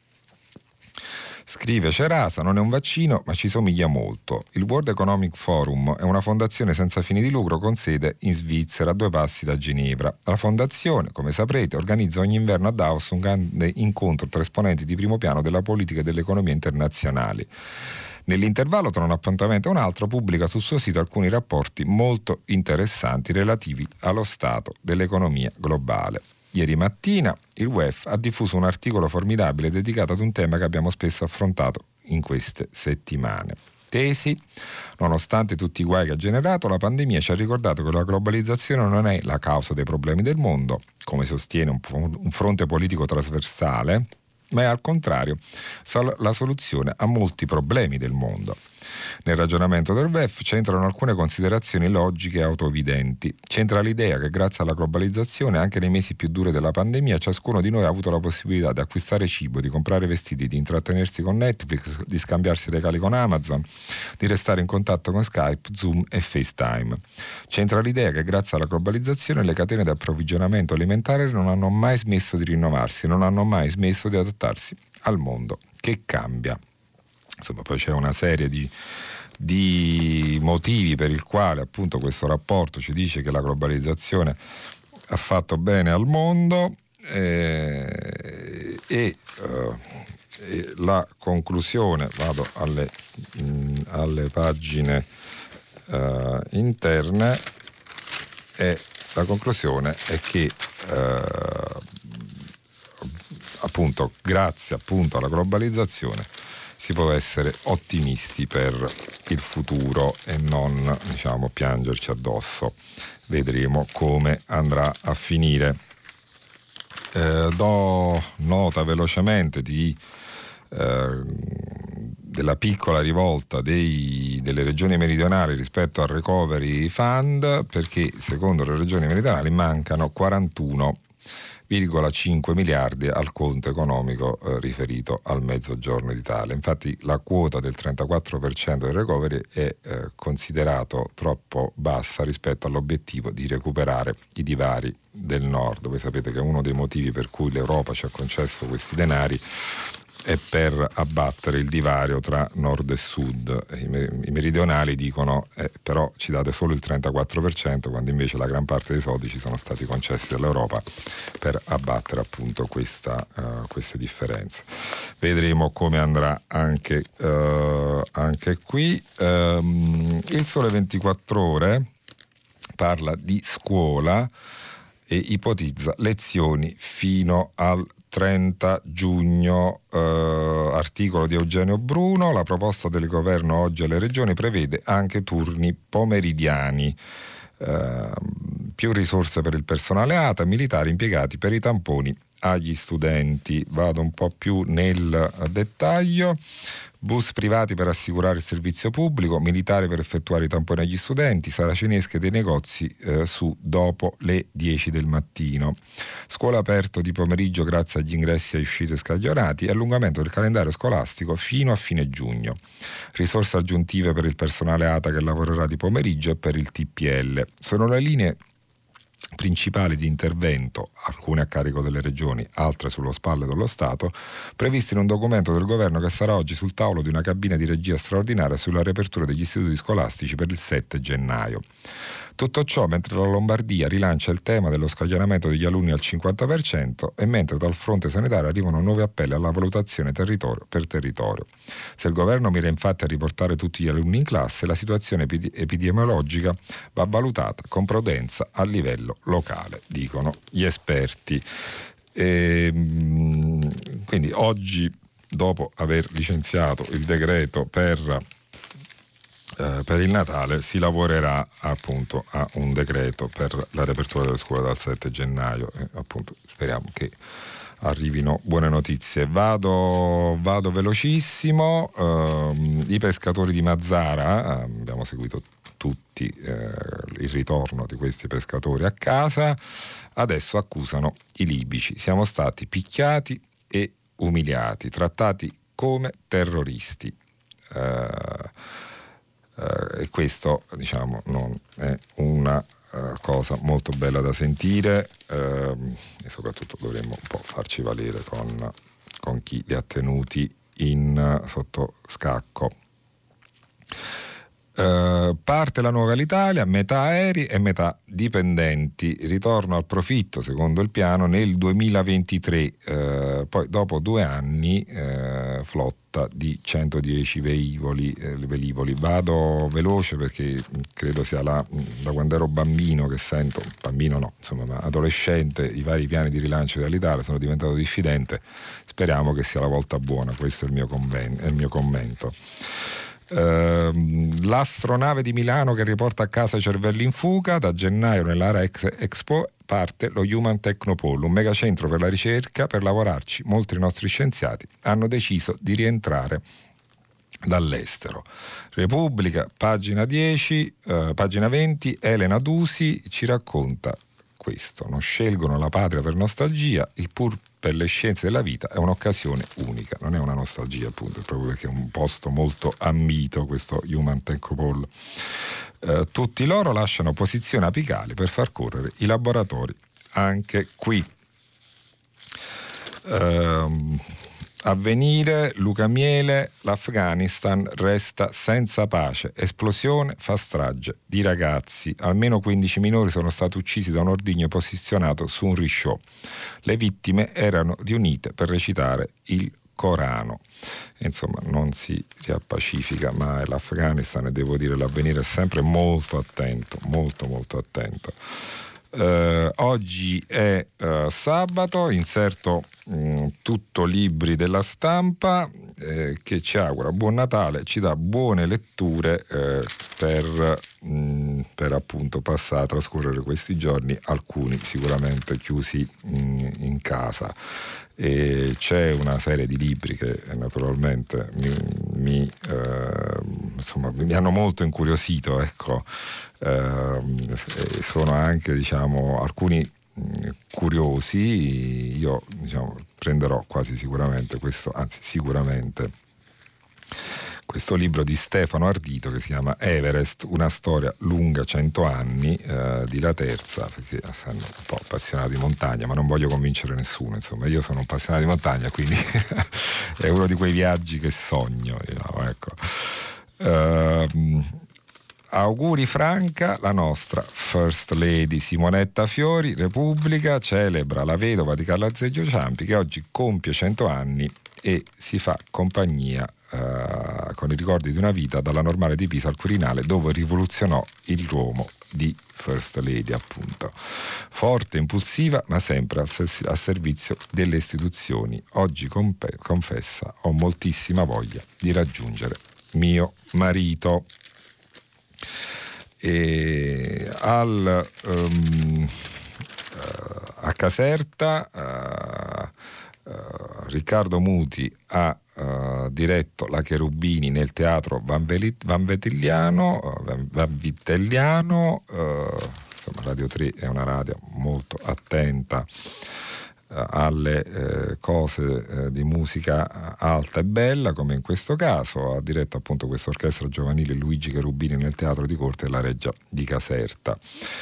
Scrive Cerasa, non è un vaccino ma ci somiglia molto. Il World Economic Forum è una fondazione senza fini di lucro con sede in Svizzera, a due passi da Ginevra. La fondazione, come saprete, organizza ogni inverno a Davos un grande incontro tra esponenti di primo piano della politica e dell'economia internazionali. Nell'intervallo tra un appuntamento e un altro pubblica sul suo sito alcuni rapporti molto interessanti relativi allo stato dell'economia globale. Ieri mattina il U E F ha diffuso un articolo formidabile dedicato ad un tema che abbiamo spesso affrontato in queste settimane. Tesi: nonostante tutti i guai che ha generato, la pandemia ci ha ricordato che la globalizzazione non è la causa dei problemi del mondo, come sostiene un, un fronte politico trasversale, ma è al contrario la soluzione a molti problemi del mondo. Nel ragionamento del V E F c'entrano alcune considerazioni logiche e autoevidenti. C'entra l'idea che grazie alla globalizzazione, anche nei mesi più duri della pandemia, ciascuno di noi ha avuto la possibilità di acquistare cibo, di comprare vestiti, di intrattenersi con Netflix, di scambiarsi regali con Amazon, di restare in contatto con Skype, Zoom e FaceTime. C'entra l'idea che grazie alla globalizzazione le catene di approvvigionamento alimentare non hanno mai smesso di rinnovarsi, non hanno mai smesso di adattarsi al mondo che cambia. Insomma, poi c'è una serie di, di motivi per il quale appunto questo rapporto ci dice che la globalizzazione ha fatto bene al mondo eh, e, uh, e la conclusione, vado alle, mh, alle pagine uh, interne, e la conclusione è che uh, appunto grazie appunto alla globalizzazione si può essere ottimisti per il futuro e non, diciamo, piangerci addosso. Vedremo come andrà a finire. Eh, do nota velocemente di, eh, della piccola rivolta dei, dei, delle regioni meridionali rispetto al recovery fund, perché secondo le regioni meridionali mancano quarantuno virgola cinque miliardi al conto economico eh, riferito al Mezzogiorno d'Italia. Infatti la quota del trentaquattro per cento del recovery è eh, considerato troppo bassa rispetto all'obiettivo di recuperare i divari del nord. Voi sapete che uno dei motivi per cui l'Europa ci ha concesso questi denari è per abbattere il divario tra nord e sud. I, mer- i meridionali dicono eh, però ci date solo il trentaquattro per cento, quando invece la gran parte dei soldi ci sono stati concessi dall'Europa per abbattere appunto questa, uh, queste differenze. Vedremo come andrà anche, uh, anche qui. Um, il Sole ventiquattro Ore parla di scuola e ipotizza lezioni fino al trenta giugno, eh, articolo di Eugenio Bruno. La proposta del governo oggi alle regioni prevede anche turni pomeridiani, eh, più risorse per il personale A T A, militari impiegati per i tamponi agli studenti. Vado un po' più nel dettaglio. Bus privati per assicurare il servizio pubblico, militari per effettuare i tamponi agli studenti, saracinesche dei negozi eh, su dopo le dieci del mattino. Scuola aperto di pomeriggio grazie agli ingressi e uscite scaglionati e allungamento del calendario scolastico fino a fine giugno. Risorse aggiuntive per il personale A T A che lavorerà di pomeriggio e per il T P L. Sono le linee principali di intervento, alcune a carico delle regioni, altre sullo spalle dello Stato, previste in un documento del governo che sarà oggi sul tavolo di una cabina di regia straordinaria sulla riapertura degli istituti scolastici per il sette gennaio. Tutto ciò mentre la Lombardia rilancia il tema dello scaglionamento degli alunni al cinquanta per cento e mentre dal fronte sanitario arrivano nuovi appelli alla valutazione territorio per territorio. Se il governo mira infatti a riportare tutti gli alunni in classe, la situazione epid- epidemiologica va valutata con prudenza a livello locale, dicono gli esperti. E, quindi oggi, dopo aver licenziato il decreto per Eh, per il Natale, si lavorerà appunto a un decreto per la riapertura delle scuole dal sette gennaio e appunto speriamo che arrivino buone notizie. Vado, vado velocissimo. Uh, i pescatori di Mazara, uh, abbiamo seguito tutti uh, il ritorno di questi pescatori a casa, adesso accusano i libici. Siamo stati picchiati e umiliati, trattati come terroristi. Uh, Uh, e questo, diciamo, non è una uh, cosa molto bella da sentire, uh, e soprattutto dovremmo un po' farci valere con, con chi li ha tenuti in, uh, sotto scacco. Uh, parte la nuova Alitalia, metà aerei e metà dipendenti, ritorno al profitto secondo il piano nel duemilaventitré, uh, poi dopo due anni uh, flotta di centodieci velivoli, eh, velivoli. Vado veloce perché credo sia la, da quando ero bambino che sento, bambino no, insomma, ma adolescente, i vari piani di rilancio dell'Italia, sono diventato diffidente, speriamo che sia la volta buona, questo è il mio, conven- è il mio commento. Uh, l'astronave di Milano che riporta a casa i cervelli in fuga. Da gennaio nell'area ex Expo parte lo Human Technopole, un megacentro per la ricerca. Per lavorarci molti nostri scienziati hanno deciso di rientrare dall'estero. Repubblica, pagina dieci, uh, pagina venti, Elena Dusi ci racconta questo: non scelgono la patria per nostalgia, il pur per le scienze della vita è un'occasione unica, non è una nostalgia appunto, è proprio perché è un posto molto ambito questo Human Technopole. Eh, tutti loro lasciano posizioni apicali per far correre i laboratori anche qui. Eh, Avvenire, Luca Miele, l'Afghanistan resta senza pace, esplosione fa strage di ragazzi, almeno quindici minori sono stati uccisi da un ordigno posizionato su un risciò, le vittime erano riunite per recitare il Corano. Insomma, non si riappacifica mai l'Afghanistan e devo dire l'Avvenire è sempre molto attento, molto molto attento. Uh, oggi è uh, sabato, inserto mh, tutto libri della Stampa, eh, che ci augura buon Natale, ci dà buone letture eh, per, mh, per appunto passare a trascorrere questi giorni, alcuni sicuramente chiusi mh, in casa. E c'è una serie di libri che naturalmente mi, mi, eh, insomma, mi hanno molto incuriosito, ecco. Eh, sono anche, diciamo, alcuni mh, curiosi. Io, diciamo, prenderò quasi sicuramente questo, anzi sicuramente questo libro di Stefano Ardito che si chiama Everest, una storia lunga cento anni, eh, di La Terza, perché sono un po' appassionato di montagna, ma non voglio convincere nessuno, insomma, io sono un appassionato di montagna, quindi è uno di quei viaggi che sogno, diciamo, ecco. Uh, auguri Franca, la nostra First Lady Simonetta Fiori, Repubblica, celebra la vedova di Carlo Azeglio Ciampi che oggi compie cento anni e si fa compagnia Uh, con i ricordi di una vita dalla Normale di Pisa al Quirinale, dove rivoluzionò il ruolo di First Lady, appunto. Forte, impulsiva, ma sempre al, ses- al servizio delle istituzioni. Oggi comp- confessa: ho moltissima voglia di raggiungere mio marito. E al um, uh, a Caserta uh, uh, Riccardo Muti ha Uh, diretto la Cherubini nel teatro Van, Veli- Van Vitelliano, uh, Van, Van Vitelliano uh, insomma Radio tre è una radio molto attenta uh, alle uh, cose uh, di musica alta e bella, come in questo caso. Ha diretto appunto questa orchestra giovanile Luigi Cherubini nel teatro di corte della Reggia di Caserta.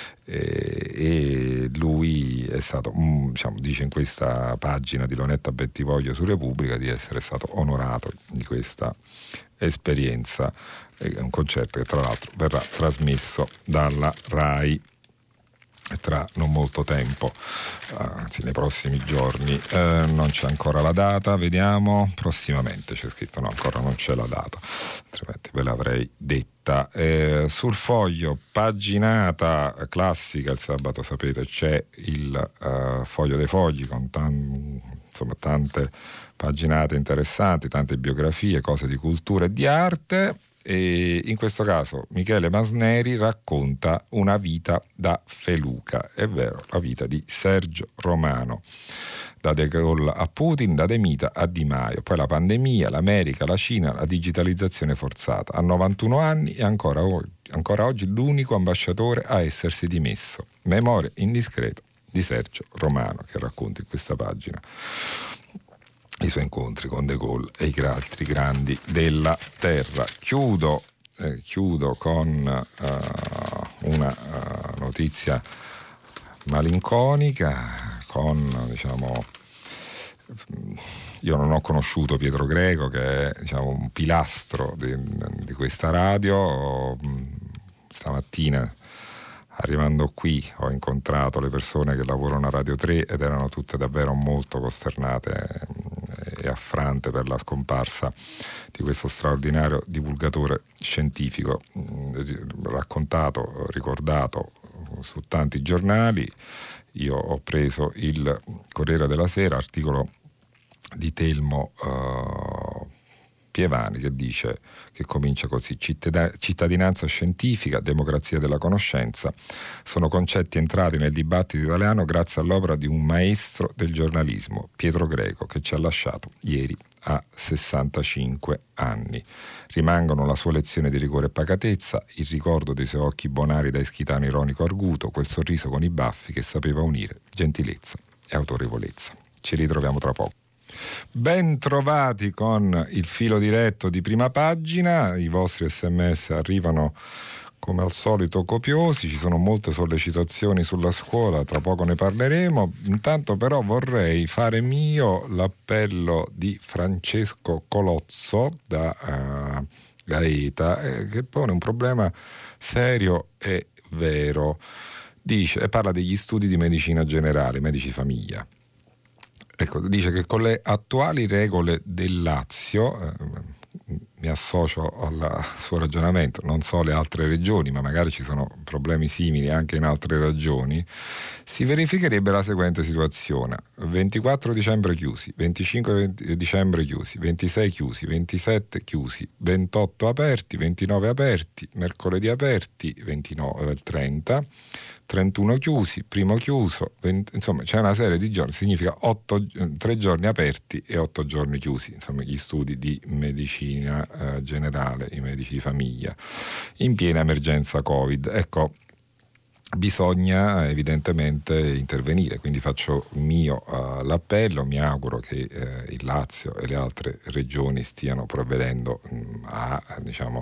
E lui è stato, diciamo, dice in questa pagina di Lonetta Bettivoglio su Repubblica, di essere stato onorato di questa esperienza. È un concerto che tra l'altro verrà trasmesso dalla RAI tra non molto tempo, anzi nei prossimi giorni. Eh, non c'è ancora la data, vediamo, prossimamente c'è scritto, no, ancora non c'è la data, altrimenti ve l'avrei detta. Eh, sul Foglio, paginata classica, il sabato sapete c'è il uh, Foglio dei Fogli con tan- insomma, tante paginate interessanti, tante biografie, cose di cultura e di arte. E in questo caso Michele Masneri racconta una vita da feluca, è vero, la vita di Sergio Romano, da De Gaulle a Putin, da De Mita a Di Maio, poi la pandemia, l'America, la Cina, la digitalizzazione forzata. Ha novantuno anni e ancora, ancora oggi l'unico ambasciatore a essersi dimesso. Memoria indiscreta di Sergio Romano, che racconta in questa pagina i suoi incontri con De Gaulle e gli altri grandi della terra. Chiudo, eh, chiudo con uh, una uh, notizia malinconica, con, diciamo, io non ho conosciuto Pietro Greco, che è, diciamo, un pilastro di, di questa radio. Stamattina, arrivando qui, ho incontrato le persone che lavorano a Radio tre ed erano tutte davvero molto costernate e affrante per la scomparsa di questo straordinario divulgatore scientifico, raccontato, ricordato su tanti giornali. Io ho preso il Corriere della Sera, articolo di Telmo uh, Pievani, che dice, che comincia così: cittadinanza scientifica, democrazia della conoscenza sono concetti entrati nel dibattito italiano grazie all'opera di un maestro del giornalismo, Pietro Greco, che ci ha lasciato ieri a sessantacinque anni. Rimangono la sua lezione di rigore e pacatezza, il ricordo dei suoi occhi bonari da ischitano ironico arguto, quel sorriso con i baffi che sapeva unire gentilezza e autorevolezza. Ci ritroviamo tra poco. Ben trovati con il filo diretto di Prima Pagina. I vostri sms arrivano come al solito copiosi, ci sono molte sollecitazioni sulla scuola, tra poco ne parleremo. Intanto però vorrei fare mio l'appello di Francesco Colozzo da uh, Gaeta, eh, che pone un problema serio e vero. Dice, e parla degli studi di medicina generale, medici famiglia. Ecco, dice che con le attuali regole del Lazio, eh, mi associo al suo ragionamento, non so le altre regioni, ma magari ci sono problemi simili anche in altre regioni, si verificherebbe la seguente situazione: ventiquattro dicembre chiusi, venticinque dicembre chiusi, ventisei chiusi, ventisette chiusi, ventotto aperti, ventinove aperti, mercoledì aperti, ventinove, trenta, trentuno chiusi, primo chiuso, venti, insomma c'è una serie di giorni, significa otto, tre giorni aperti e otto giorni chiusi, insomma gli studi di medicina eh, generale, i medici di famiglia, in piena emergenza Covid. Ecco, bisogna evidentemente intervenire, quindi faccio mio uh, l'appello, mi auguro che eh, il Lazio e le altre regioni stiano provvedendo mh, a, diciamo,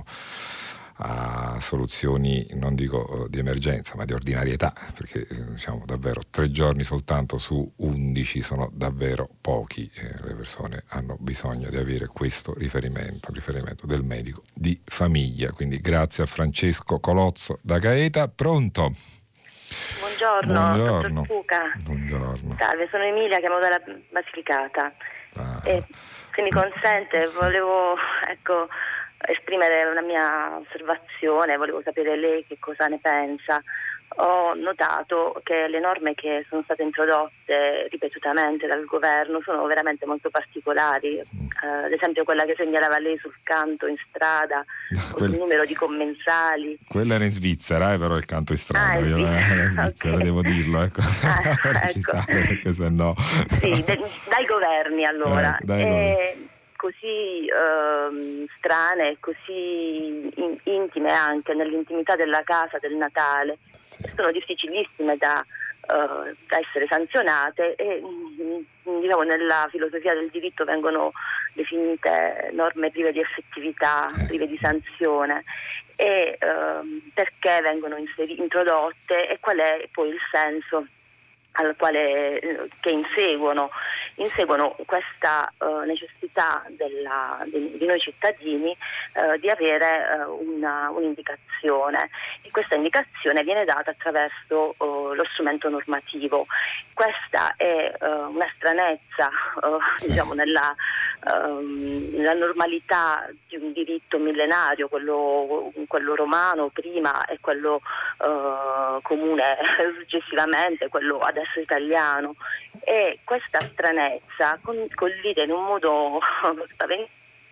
a soluzioni, non dico di emergenza, ma di ordinarietà, perché diciamo davvero tre giorni soltanto su undici sono davvero pochi, eh, le persone hanno bisogno di avere questo riferimento, il riferimento del medico di famiglia. Quindi grazie a Francesco Colozzo da Gaeta. Pronto? Buongiorno, Buongiorno. dottor Puca. Buongiorno. Salve, sono Emilia, chiamo dalla Basilicata. Ah. E se mi consente, Sì. volevo ecco esprimere una mia osservazione, volevo sapere lei che cosa ne pensa. Ho notato che le norme che sono state introdotte ripetutamente dal governo sono veramente molto particolari, Mm. uh, ad esempio quella che segnalava lei sul canto in strada, Quel- il numero di commensali. Quella era in Svizzera, eh, però il canto in strada, Ah, in io Svizzera, era in Svizzera, ok. devo dirlo, ecco. Ah, Ci ecco. sa, perché se no... Sì, de- dai governi allora. Ecco, dai E governi. così ehm, strane, così in- intime anche nell'intimità della casa del Natale, Sì. sono difficilissime da, eh, da essere sanzionate e mm, diciamo nella filosofia del diritto vengono definite norme prive di effettività, prive di sanzione. E ehm, perché vengono inseri- introdotte e qual è poi il senso al quale eh, che inseguono inseguono questa uh, necessità della, di, di noi cittadini uh, di avere uh, una, un'indicazione, e questa indicazione viene data attraverso uh, lo strumento normativo. Questa è uh, una stranezza uh, Sì. diciamo nella, um, nella normalità di un diritto millenario, quello, quello romano prima e quello uh, comune successivamente, quello adesso italiano, e questa stranezza con, collide in un modo spaventevole,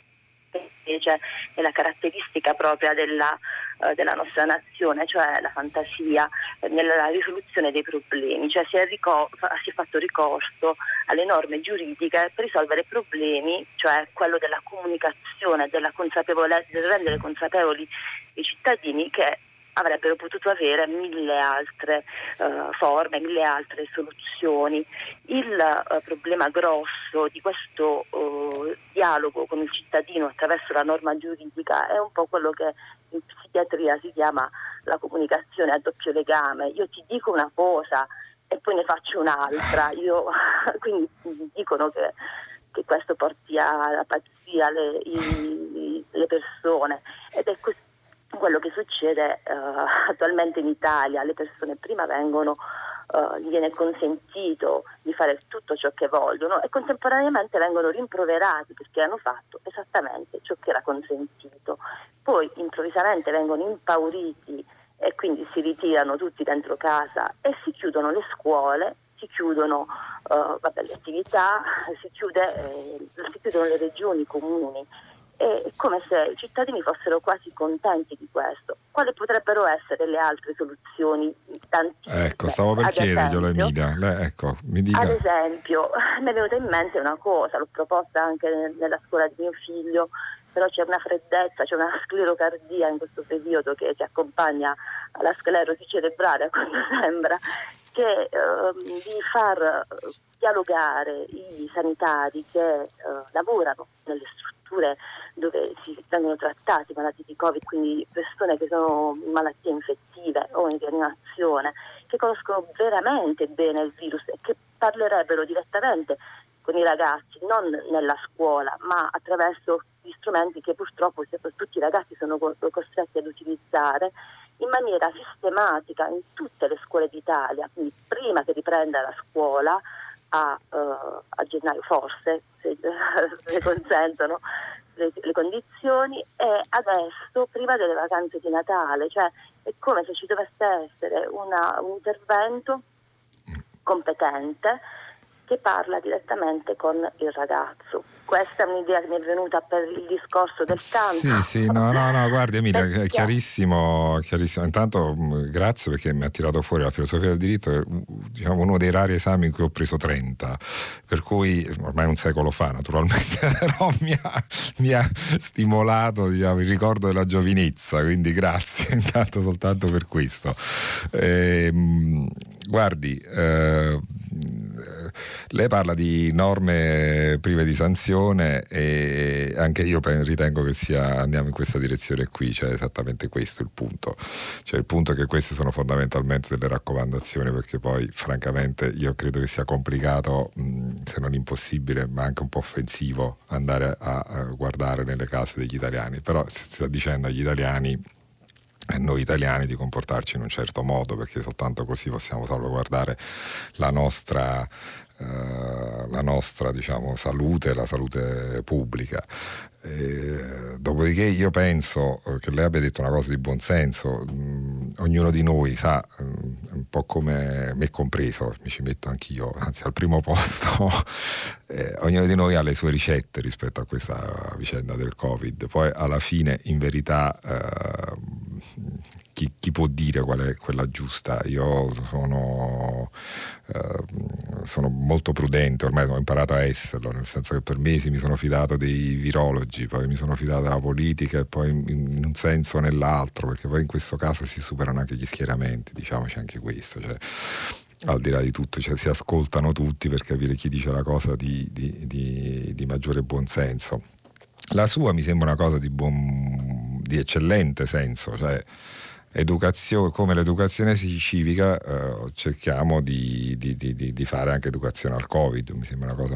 invece è la caratteristica propria della, uh, della nostra nazione, cioè la fantasia eh, nella risoluzione dei problemi, cioè si è, ricor- si è fatto ricorso alle norme giuridiche per risolvere problemi, cioè quello della comunicazione, della consapevolezza, del rendere consapevoli i cittadini che avrebbero potuto avere mille altre uh, forme, mille altre soluzioni. Il uh, problema grosso di questo uh, dialogo con il cittadino attraverso la norma giuridica è un po' quello che in psichiatria si chiama la comunicazione a doppio legame. Io ti dico una cosa e poi ne faccio un'altra. Io, quindi dicono che, che questo porti alla pazzia le, i, le persone, ed è così quello che succede uh, attualmente in Italia. Le persone prima vengono, uh, gli viene consentito di fare tutto ciò che vogliono e contemporaneamente vengono rimproverati perché hanno fatto esattamente ciò che era consentito. Poi improvvisamente vengono impauriti e quindi si ritirano tutti dentro casa e si chiudono le scuole, si chiudono uh, vabbè, le attività, si, chiude, eh, si chiudono le regioni, i comuni. È come se i cittadini fossero quasi contenti di questo. Quali potrebbero essere le altre soluzioni? Tantissime. Ecco, stavo per Ad chiederglielo, esempio, Emilia. Lei, ecco, mi dica. Ad esempio, mi è venuta in mente una cosa, l'ho proposta anche nella scuola di mio figlio, però c'è una freddezza, c'è una sclerocardia in questo periodo che ci accompagna alla sclerosi cerebrale, quando sembra, che ehm, di far dialogare i sanitari che eh, lavorano nelle strutture dove si vengono trattati i malati di Covid, quindi persone che sono in malattie infettive o in rianimazione, che conoscono veramente bene il virus e che parlerebbero direttamente con i ragazzi, non nella scuola, ma attraverso gli strumenti che purtroppo tutti i ragazzi sono costretti ad utilizzare in maniera sistematica in tutte le scuole d'Italia, quindi prima che riprenda la scuola a, uh, a gennaio forse, se, se consentono, le, le condizioni, e adesso prima delle vacanze di Natale, cioè è come se ci dovesse essere una, un intervento competente che parla direttamente con il ragazzo. Questa è un'idea che mi è venuta per il discorso del canto. Sì, sì, no, no, no, guardi Emilia, Perché? è chiarissimo, chiarissimo. Intanto grazie, perché mi ha tirato fuori la filosofia del diritto, è, diciamo, uno dei rari esami in cui ho preso trenta, per cui ormai un secolo fa naturalmente, però mi ha, mi ha stimolato, diciamo, il ricordo della giovinezza, quindi grazie intanto soltanto per questo. Eh, guardi, eh, lei parla di norme prive di sanzione e anche io ritengo che sia, andiamo in questa direzione qui, cioè esattamente questo il punto. Cioè il punto è che queste sono fondamentalmente delle raccomandazioni, perché poi francamente io credo che sia complicato, mh, se non impossibile, ma anche un po' offensivo andare a, a guardare nelle case degli italiani, però si sta dicendo agli italiani, a noi italiani, di comportarci in un certo modo, perché soltanto così possiamo salvaguardare la nostra Uh, la nostra, diciamo, salute, la salute pubblica. E, dopodiché io penso che lei abbia detto una cosa di buonsenso. Mm, ognuno di noi sa, um, un po' come me compreso, mi ci metto anch'io, anzi al primo posto, eh, ognuno di noi ha le sue ricette rispetto a questa vicenda del Covid. Poi alla fine, in verità, uh, chi, chi può dire qual è quella giusta? Io sono uh, sono molto prudente, ormai ho imparato a esserlo, nel senso che per mesi mi sono fidato dei virologi, poi mi sono fidato della politica e poi in, in un senso o nell'altro, perché poi in questo caso si superano anche gli schieramenti, diciamoci anche questo, cioè al di là di tutto, cioè, si ascoltano tutti per capire chi dice la cosa di, di, di, di maggiore buonsenso. La sua mi sembra una cosa di, buon, di eccellente senso, cioè educazione, come l'educazione civica, eh, cerchiamo di, di, di, di fare anche educazione al Covid. Mi sembra una cosa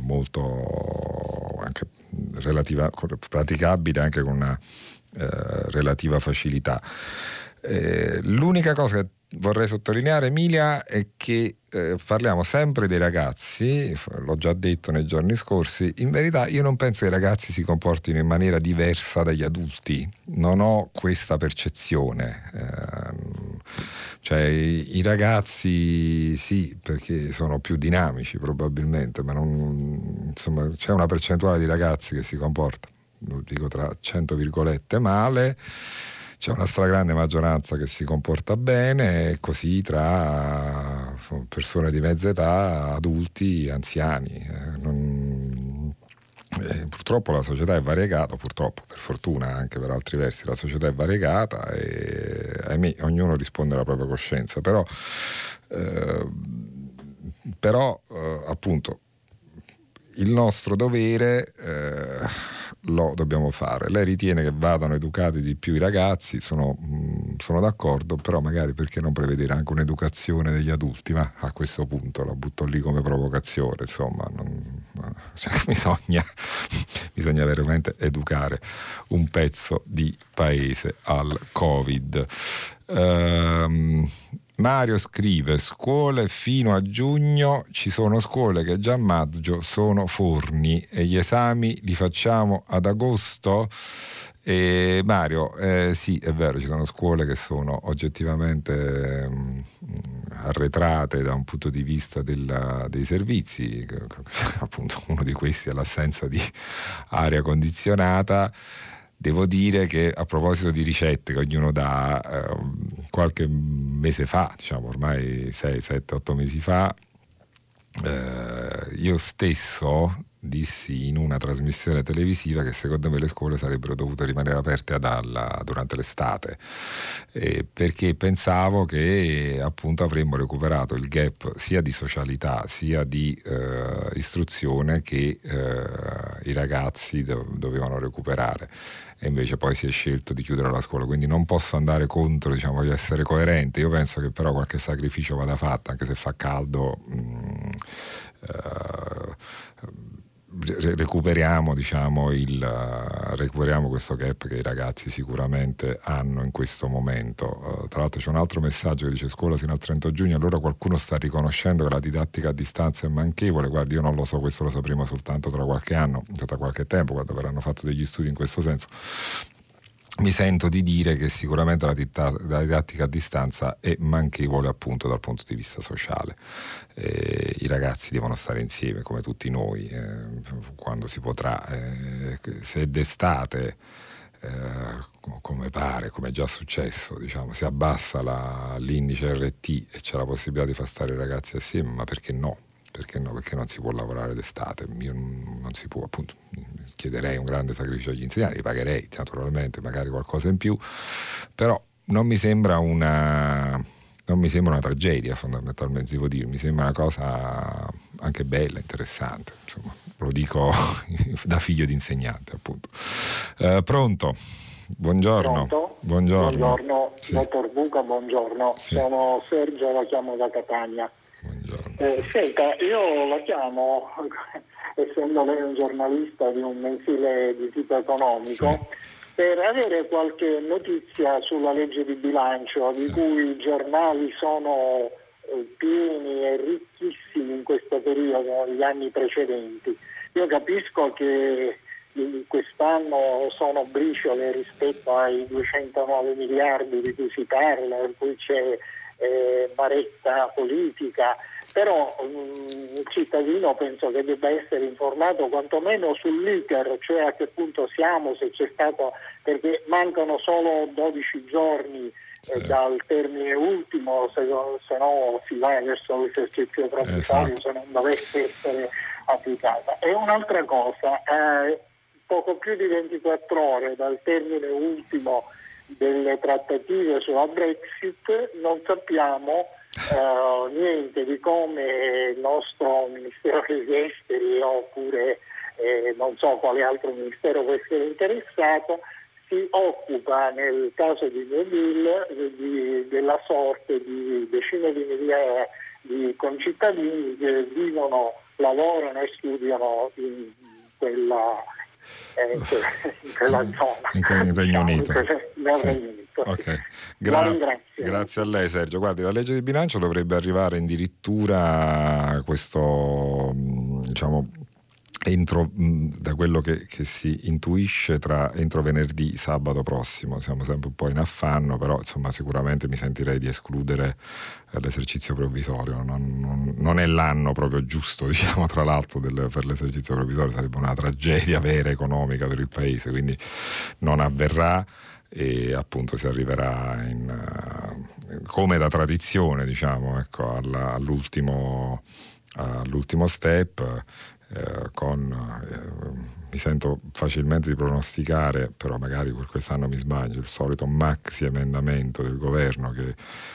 molto anche relativa, praticabile anche con una eh, relativa facilità. Eh, l'unica cosa che vorrei sottolineare, Emilia, è che eh, parliamo sempre dei ragazzi, l'ho già detto nei giorni scorsi, in verità io non penso che i ragazzi si comportino in maniera diversa dagli adulti, non ho questa percezione, eh, cioè i, i ragazzi sì, perché sono più dinamici probabilmente, ma non, insomma, c'è una percentuale di ragazzi che si comporta, lo dico tra cento virgolette, male. C'è una stragrande maggioranza che si comporta bene, e così tra persone di mezza età, adulti, anziani. Eh, non, eh, purtroppo la società è variegata, purtroppo, per fortuna anche per altri versi, la società è variegata e ahimè ognuno risponde alla propria coscienza, però, eh, però eh, appunto il nostro dovere eh, lo dobbiamo fare. Lei ritiene che vadano educati di più i ragazzi, sono, mh, sono d'accordo, però magari perché non prevedere anche un'educazione degli adulti? Ma a questo punto la butto lì come provocazione, insomma, non, cioè, bisogna, bisogna veramente educare un pezzo di paese al Covid. Ehm Mario scrive: scuole fino a giugno, ci sono scuole che già a maggio sono forni e gli esami li facciamo ad agosto. E Mario, eh, sì, è vero, ci sono scuole che sono oggettivamente mh, arretrate da un punto di vista della, dei servizi, appunto uno di questi è l'assenza di aria condizionata. Devo dire che, a proposito di ricette che ognuno dà, eh, qualche mese fa, diciamo ormai sei, sette, otto mesi fa, eh, io stesso dissi in una trasmissione televisiva che secondo me le scuole sarebbero dovute rimanere aperte ad alla durante l'estate, eh, perché pensavo che appunto avremmo recuperato il gap sia di socialità sia di eh, istruzione che eh, i ragazzi do- dovevano recuperare, e invece poi si è scelto di chiudere la scuola, quindi non posso andare contro, diciamo, voglio essere coerente. Io penso che però qualche sacrificio vada fatto, anche se fa caldo. Mh, uh, recuperiamo, diciamo, il, recuperiamo questo gap che i ragazzi sicuramente hanno in questo momento. Uh, tra l'altro c'è un altro messaggio che dice: scuola sino al trenta giugno, allora qualcuno sta riconoscendo che la didattica a distanza è manchevole. Guardi, io non lo so, questo lo sapremo soltanto tra qualche anno, tra qualche tempo, quando verranno fatti degli studi in questo senso. Mi sento di dire che sicuramente la, ditta, la didattica a distanza è manchevole appunto dal punto di vista sociale. Eh, I ragazzi devono stare insieme come tutti noi, eh, quando si potrà. Eh, se d'estate, eh, come pare, come è già successo, diciamo, si abbassa la, l'indice R T e c'è la possibilità di far stare i ragazzi assieme, ma perché no? Perché no? Perché non si può lavorare d'estate? Io non si può, appunto, chiederei un grande sacrificio agli insegnanti, pagherei naturalmente magari qualcosa in più, però non mi sembra una non mi sembra una tragedia, fondamentalmente, si può dire, mi sembra una cosa anche bella, interessante, insomma, lo dico da figlio di insegnante, appunto. Uh, pronto? Buongiorno. Pronto? Buongiorno. Buongiorno, sì. Dottor Buca, buongiorno. Sì. Sono Sergio, la chiamo da Catania. Buongiorno. Eh, senta, io la chiamo, essendo lei un giornalista di un mensile di tipo economico, sì, per avere qualche notizia sulla legge di bilancio, sì, di cui i giornali sono eh, pieni e ricchissimi in questo periodo, negli anni precedenti. Io capisco che quest'anno sono briciole rispetto ai duecentonove miliardi di cui si parla, per cui c'è eh, baretta politica, però um, il cittadino penso che debba essere informato quantomeno sull'iter, cioè a che punto siamo, se c'è stato, perché mancano solo dodici giorni eh, dal termine ultimo, se, se no si va verso l'esercizio provvisorio, esatto, se non dovesse essere applicata. E un'altra cosa, eh, poco più di ventiquattro ore dal termine ultimo delle trattative sulla Brexit non sappiamo uh, niente di come il nostro Ministero degli Esteri, oppure eh, non so quale altro ministero può essere interessato, si occupa nel caso di New Deal di, della sorte di decine di migliaia di concittadini che vivono, lavorano e studiano in quella Eh, in quella zona, in quel Regno Unito. Nel sì. Regno Unito. Okay. Grazie, grazie a lei Sergio. Guardi, la legge di bilancio dovrebbe arrivare addirittura questo, diciamo, entro, da quello che, che si intuisce, tra entro venerdì, sabato prossimo. Siamo sempre un po' in affanno, però insomma sicuramente mi sentirei di escludere l'esercizio provvisorio. Non, non, non è l'anno proprio giusto, diciamo, tra l'altro del, per l'esercizio provvisorio, sarebbe una tragedia vera economica per il paese, quindi non avverrà e appunto si arriverà in, uh, come da tradizione, diciamo, ecco, alla, all'ultimo, uh, all'ultimo step. Eh, con eh, mi sento facilmente di pronosticare, però magari per quest'anno mi sbaglio, il solito maxi emendamento del governo che,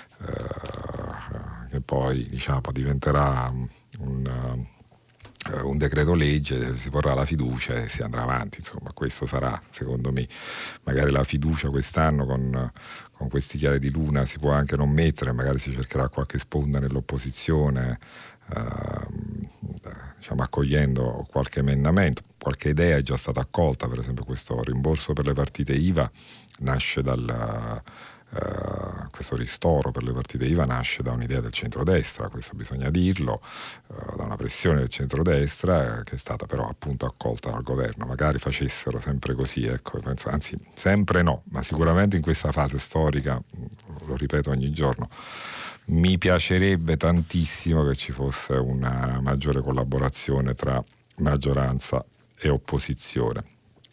eh, che poi, diciamo, diventerà un, uh, un decreto legge, si porrà la fiducia e si andrà avanti. Insomma, questo sarà, secondo me, magari la fiducia quest'anno con, con questi chiari di luna si può anche non mettere, magari si cercherà qualche sponda nell'opposizione, Uh, diciamo, accogliendo qualche emendamento. Qualche idea è già stata accolta, per esempio questo rimborso per le partite I V A nasce dal uh, questo ristoro per le partite I V A nasce da un'idea del centrodestra, questo bisogna dirlo, uh, da una pressione del centrodestra eh, che è stata però appunto accolta dal governo. Magari facessero sempre così, ecco, penso, anzi sempre no, ma sicuramente in questa fase storica, lo ripeto ogni giorno, mi piacerebbe tantissimo che ci fosse una maggiore collaborazione tra maggioranza e opposizione,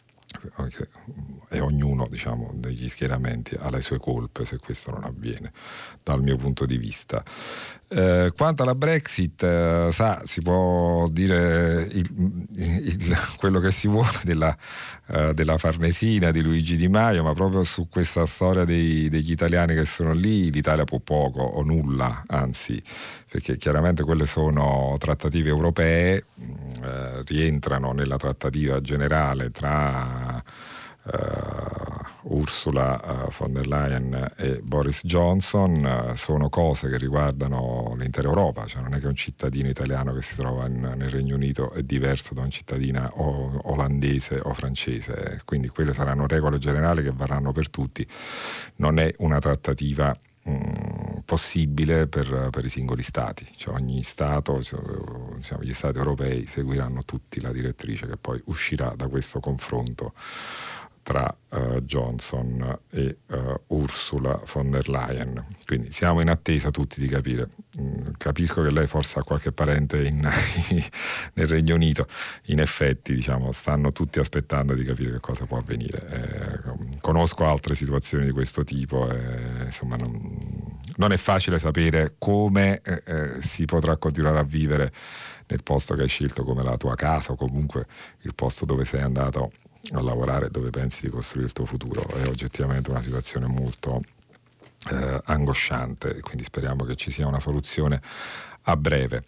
e ognuno, diciamo, degli schieramenti ha le sue colpe se questo non avviene, dal mio punto di vista. Eh, quanto alla Brexit, eh, sa, si può dire il, il, quello che si vuole della, uh, della Farnesina, di Luigi Di Maio, ma proprio su questa storia dei, degli italiani che sono lì l'Italia può poco o nulla, anzi, perché chiaramente quelle sono trattative europee, eh, rientrano nella trattativa generale tra Uh, Ursula von der Leyen e Boris Johnson. Sono cose che riguardano l'intera Europa, cioè non è che un cittadino italiano che si trova in, nel Regno Unito è diverso da un cittadino o, olandese o francese, quindi quelle saranno regole generali che varranno per tutti. Non è una trattativa mh, possibile per, per i singoli stati, cioè ogni stato, cioè, diciamo, gli stati europei seguiranno tutti la direttrice che poi uscirà da questo confronto tra uh, Johnson e uh, Ursula von der Leyen. Quindi siamo in attesa tutti di capire. Mm, capisco che lei forse ha qualche parente in, nel Regno Unito, in effetti diciamo stanno tutti aspettando di capire che cosa può avvenire. Eh, conosco altre situazioni di questo tipo, eh, insomma non, non è facile sapere come eh, eh, si potrà continuare a vivere nel posto che hai scelto come la tua casa o comunque il posto dove sei andato a lavorare, dove pensi di costruire il tuo futuro. È oggettivamente una situazione molto eh, angosciante e quindi speriamo che ci sia una soluzione a breve.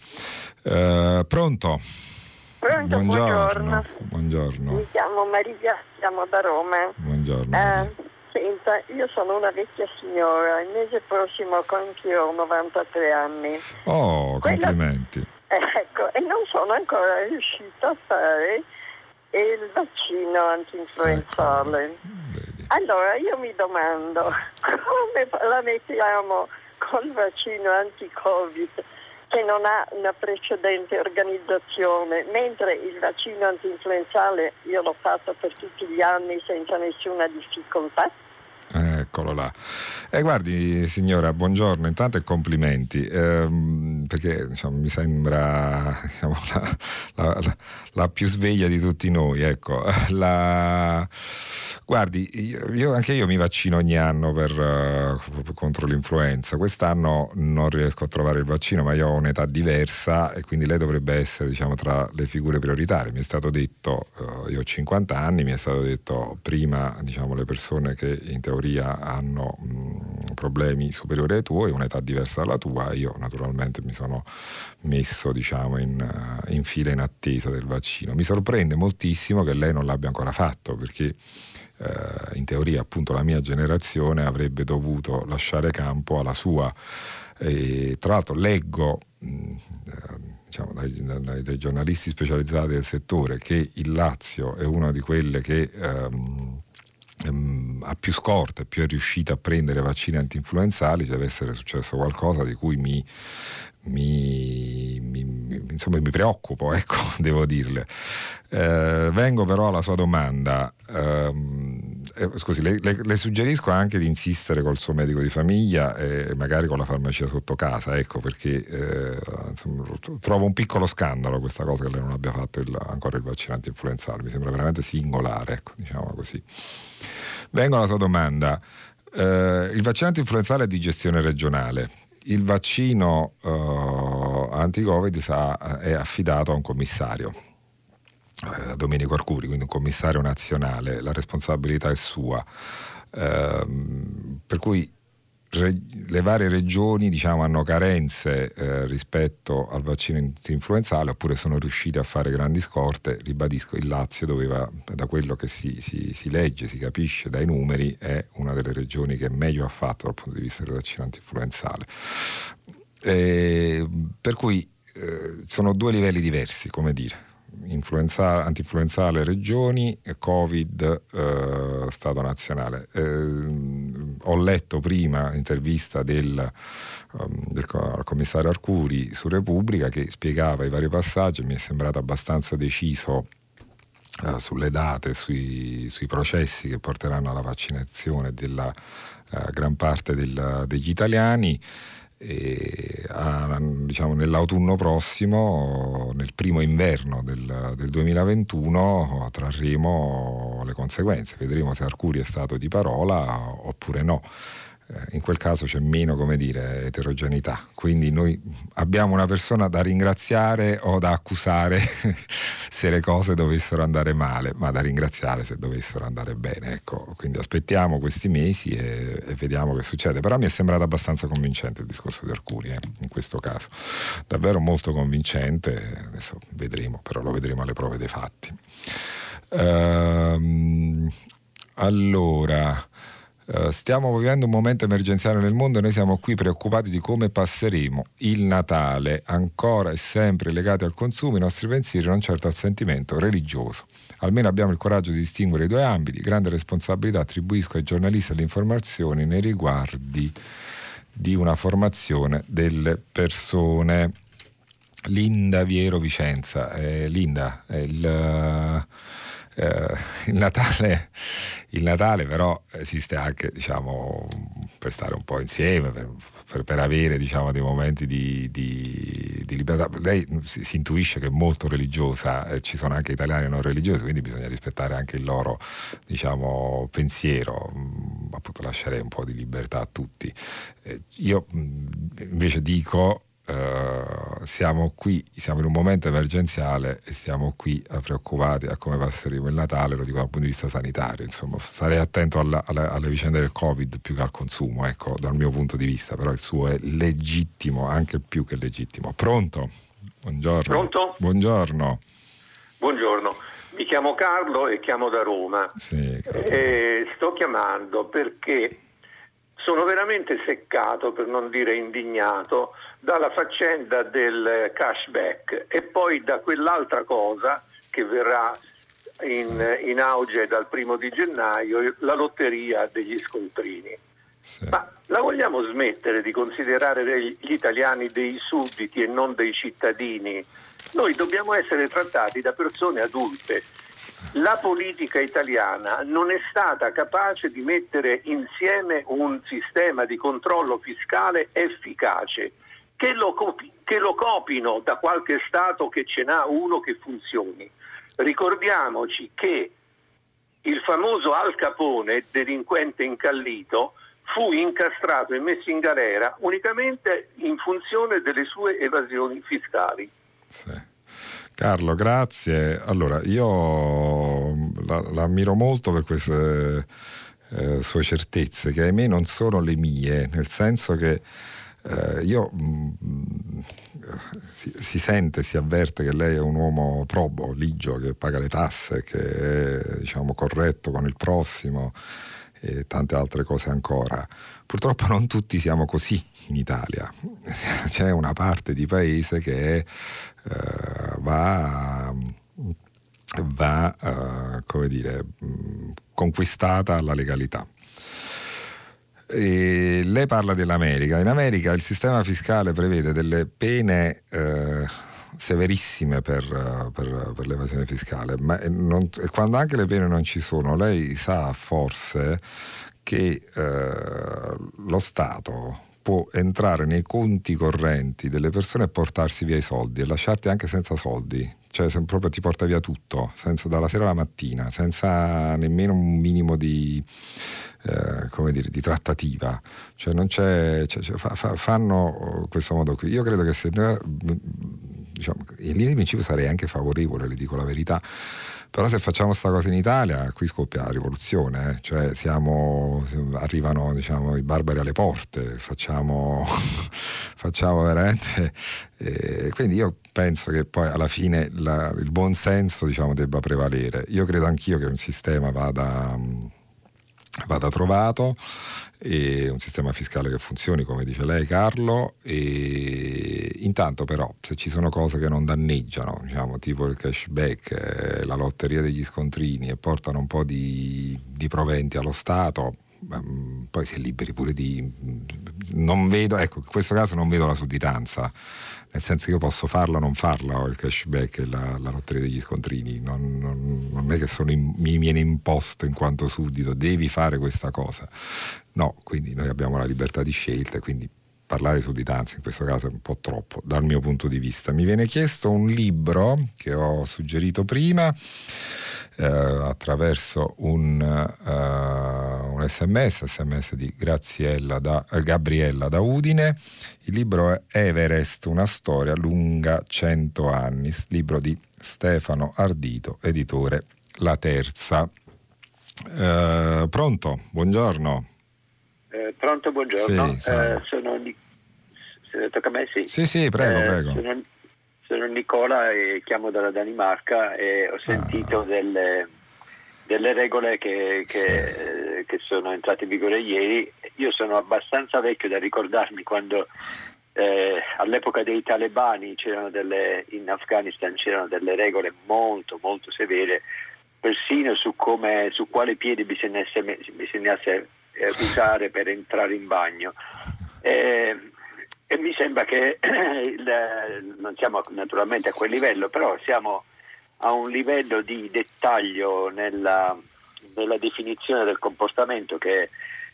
Eh, pronto? Pronto, buongiorno. Buongiorno. Mi chiamo Maria, siamo da Roma. Buongiorno. Eh, senta, io sono una vecchia signora, il mese prossimo compierò novantatré anni. Oh, complimenti. Quella, ecco, e non sono ancora riuscita a fare il vaccino anti-influenzale. Ecco, allora io mi domando come la mettiamo col vaccino anti-Covid che non ha una precedente organizzazione, mentre il vaccino anti-influenzale io l'ho fatto per tutti gli anni senza nessuna difficoltà. Eccolo là. E eh, guardi signora, buongiorno, intanto e complimenti, ehm, perché diciamo, mi sembra diciamo, la, la, la, la più sveglia di tutti noi, ecco. La... Guardi, io, io, anche io mi vaccino ogni anno per, uh, contro l'influenza. Quest'anno non riesco a trovare il vaccino, ma io ho un'età diversa e quindi lei dovrebbe essere diciamo, tra le figure prioritarie. Mi è stato detto, uh, io ho cinquanta anni, mi è stato detto prima diciamo, le persone che in teoria hanno mh, problemi superiori ai tuoi, un'età diversa dalla tua. Io naturalmente mi sono messo diciamo, in, uh, in fila in attesa del vaccino. Mi sorprende moltissimo che lei non l'abbia ancora fatto, perché Uh, in teoria appunto la mia generazione avrebbe dovuto lasciare campo alla sua. E, tra l'altro leggo mh, diciamo, dai, dai, dai giornalisti specializzati del settore che il Lazio è una di quelle che um, um, ha più scorte, più è riuscita a prendere vaccini anti-influenzali. Deve essere successo qualcosa di cui mi Mi, mi, insomma, mi preoccupo, ecco, devo dirle. Eh, vengo però alla sua domanda. Eh, eh, scusi, le, le, le suggerisco anche di insistere col suo medico di famiglia e magari con la farmacia sotto casa, ecco, perché eh, insomma, trovo un piccolo scandalo questa cosa che lei non abbia fatto il, ancora il vaccino anti-influenzale. Mi sembra veramente singolare, ecco, diciamo così. Vengo alla sua domanda. Eh, il vaccino anti-influenzale è di gestione regionale. Il vaccino uh, anti-Covid sa, è affidato a un commissario, uh, Domenico Arcuri, quindi un commissario nazionale, la responsabilità è sua, uh, per cui re, le varie regioni diciamo, hanno carenze uh, rispetto al vaccino influenzale oppure sono riuscite a fare grandi scorte. Ribadisco, il Lazio doveva, da quello che si, si, si legge, si capisce dai numeri, è una delle regioni che meglio ha fatto dal punto di vista del vaccino anti-influenzale. Eh, per cui eh, sono due livelli diversi, come dire. Influenza, anti-influenzale regioni, Covid eh, Stato nazionale. Eh, ho letto prima l'intervista del, um, del commissario Arcuri su Repubblica che spiegava i vari passaggi e mi è sembrato abbastanza deciso uh, sulle date, sui, sui processi che porteranno alla vaccinazione della uh, gran parte del, degli italiani. E a, diciamo nell'autunno prossimo, nel primo inverno del, del duemilaventuno, trarremo le conseguenze, vedremo se Arcuri è stato di parola oppure no. In quel caso c'è meno, come dire, eterogeneità, quindi noi abbiamo una persona da ringraziare o da accusare se le cose dovessero andare male, ma da ringraziare se dovessero andare bene, ecco. Quindi aspettiamo questi mesi e, e vediamo che succede. Però mi è sembrato abbastanza convincente il discorso di Arcuri, eh, in questo caso davvero molto convincente. Adesso vedremo, però lo vedremo alle prove dei fatti. Ehm, allora Uh, stiamo vivendo un momento emergenziale nel mondo e noi siamo qui preoccupati di come passeremo il Natale, ancora e sempre legati al consumo, i nostri pensieri, non certo al sentimento religioso. Almeno abbiamo il coraggio di distinguere i due ambiti. Grande responsabilità attribuisco ai giornalisti le informazioni nei riguardi di una formazione delle persone. Linda Viero Vicenza. Eh, Linda, è il... Eh, il Natale, il Natale però esiste anche, diciamo, per stare un po' insieme, per, per, per avere, diciamo, dei momenti di, di, di libertà. Lei si, si intuisce che è molto religiosa, eh, ci sono anche italiani non religiosi, quindi bisogna rispettare anche il loro, diciamo, pensiero. Mm, appunto lascerei un po' di libertà a tutti. Eh, io mh, invece dico Uh, siamo qui, siamo in un momento emergenziale e siamo qui uh, preoccupati a come passeremo il Natale, lo dico dal punto di vista sanitario, insomma sarei attento alla, alle, alle vicende del Covid più che al consumo, ecco, dal mio punto di vista, però il suo è legittimo, anche più che legittimo. Pronto? Buongiorno. Pronto? Buongiorno. Buongiorno, mi chiamo Carlo e chiamo da Roma. Sì, e sto chiamando perché sono veramente seccato, per non dire indignato, dalla faccenda del cashback e poi da quell'altra cosa che verrà in, in auge dal primo di gennaio, la lotteria degli scontrini. Sì. Ma la vogliamo smettere di considerare gli italiani dei sudditi e non dei cittadini? Noi dobbiamo essere trattati da persone adulte. La politica italiana non è stata capace di mettere insieme un sistema di controllo fiscale efficace, che lo, copi- che lo copino da qualche Stato che ce n'ha uno che funzioni. Ricordiamoci che il famoso Al Capone, delinquente incallito, fu incastrato e messo in galera unicamente in funzione delle sue evasioni fiscali. Sì. Carlo, grazie. Allora, io la, la ammiro molto per queste eh, sue certezze, che ahimè non sono le mie, nel senso che eh, io mh, si, si sente, si avverte che lei è un uomo probo, ligio, che paga le tasse, che è, diciamo, corretto con il prossimo e tante altre cose ancora. Purtroppo non tutti siamo così in Italia. C'è una parte di paese che è, uh, va, va uh, come dire, mh, conquistata alla legalità. E lei parla dell'America. In America il sistema fiscale prevede delle pene uh, severissime per, per, per l'evasione fiscale, ma non, e quando anche le pene non ci sono, lei sa forse che eh, lo Stato può entrare nei conti correnti delle persone e portarsi via i soldi e lasciarti anche senza soldi, cioè se proprio ti porta via tutto, senza, dalla sera alla mattina, senza nemmeno un minimo di eh, come dire, di trattativa, cioè non c'è, cioè, cioè, fa, fa, fanno questo modo qui. Io credo che se diciamo, in linea di principio sarei anche favorevole, le dico la verità, però se facciamo sta cosa in Italia qui scoppia la rivoluzione, eh? Cioè siamo, arrivano, diciamo, i barbari alle porte, facciamo facciamo veramente eh, quindi io penso che poi alla fine la, il buon senso, diciamo, debba prevalere. Io credo anch'io che un sistema vada vada trovato, e un sistema fiscale che funzioni come dice lei, Carlo, e intanto però se ci sono cose che non danneggiano, diciamo, tipo il cashback, eh, la lotteria degli scontrini, e portano un po' di, di proventi allo Stato, ehm, poi si è liberi pure di non vedo, ecco, in questo caso non vedo la sudditanza, nel senso che io posso farla o non farla, il cashback e la, la lotteria degli scontrini, non, non, non è che sono in, mi viene imposto in quanto suddito, devi fare questa cosa, no, quindi noi abbiamo la libertà di scelta, quindi parlare di sudditanza in questo caso è un po' troppo dal mio punto di vista. Mi viene chiesto un libro che ho suggerito prima eh, attraverso un, uh, un sms sms di Graziella da, eh, Gabriella da Udine. Il libro è Everest, una storia lunga cento anni, libro di Stefano Ardito, editore La Terza. Eh, pronto? Buongiorno. Eh, pronto, buongiorno. Sì, eh, sono Nic- se tocca a me, sì. Sì, sì, prego, eh, prego. Sono, sono Nicola e chiamo dalla Danimarca e ho sentito ah. delle, delle regole che, che, che sono entrate in vigore ieri. Io sono abbastanza vecchio da ricordarmi quando eh, all'epoca dei talebani c'erano delle, in Afghanistan c'erano delle regole molto molto severe, persino su come su quale piede bisognasse, bisognasse eh, usare per entrare in bagno. Eh, e mi sembra che il, non siamo naturalmente a quel livello, però siamo a un livello di dettaglio nella, nella definizione del comportamento che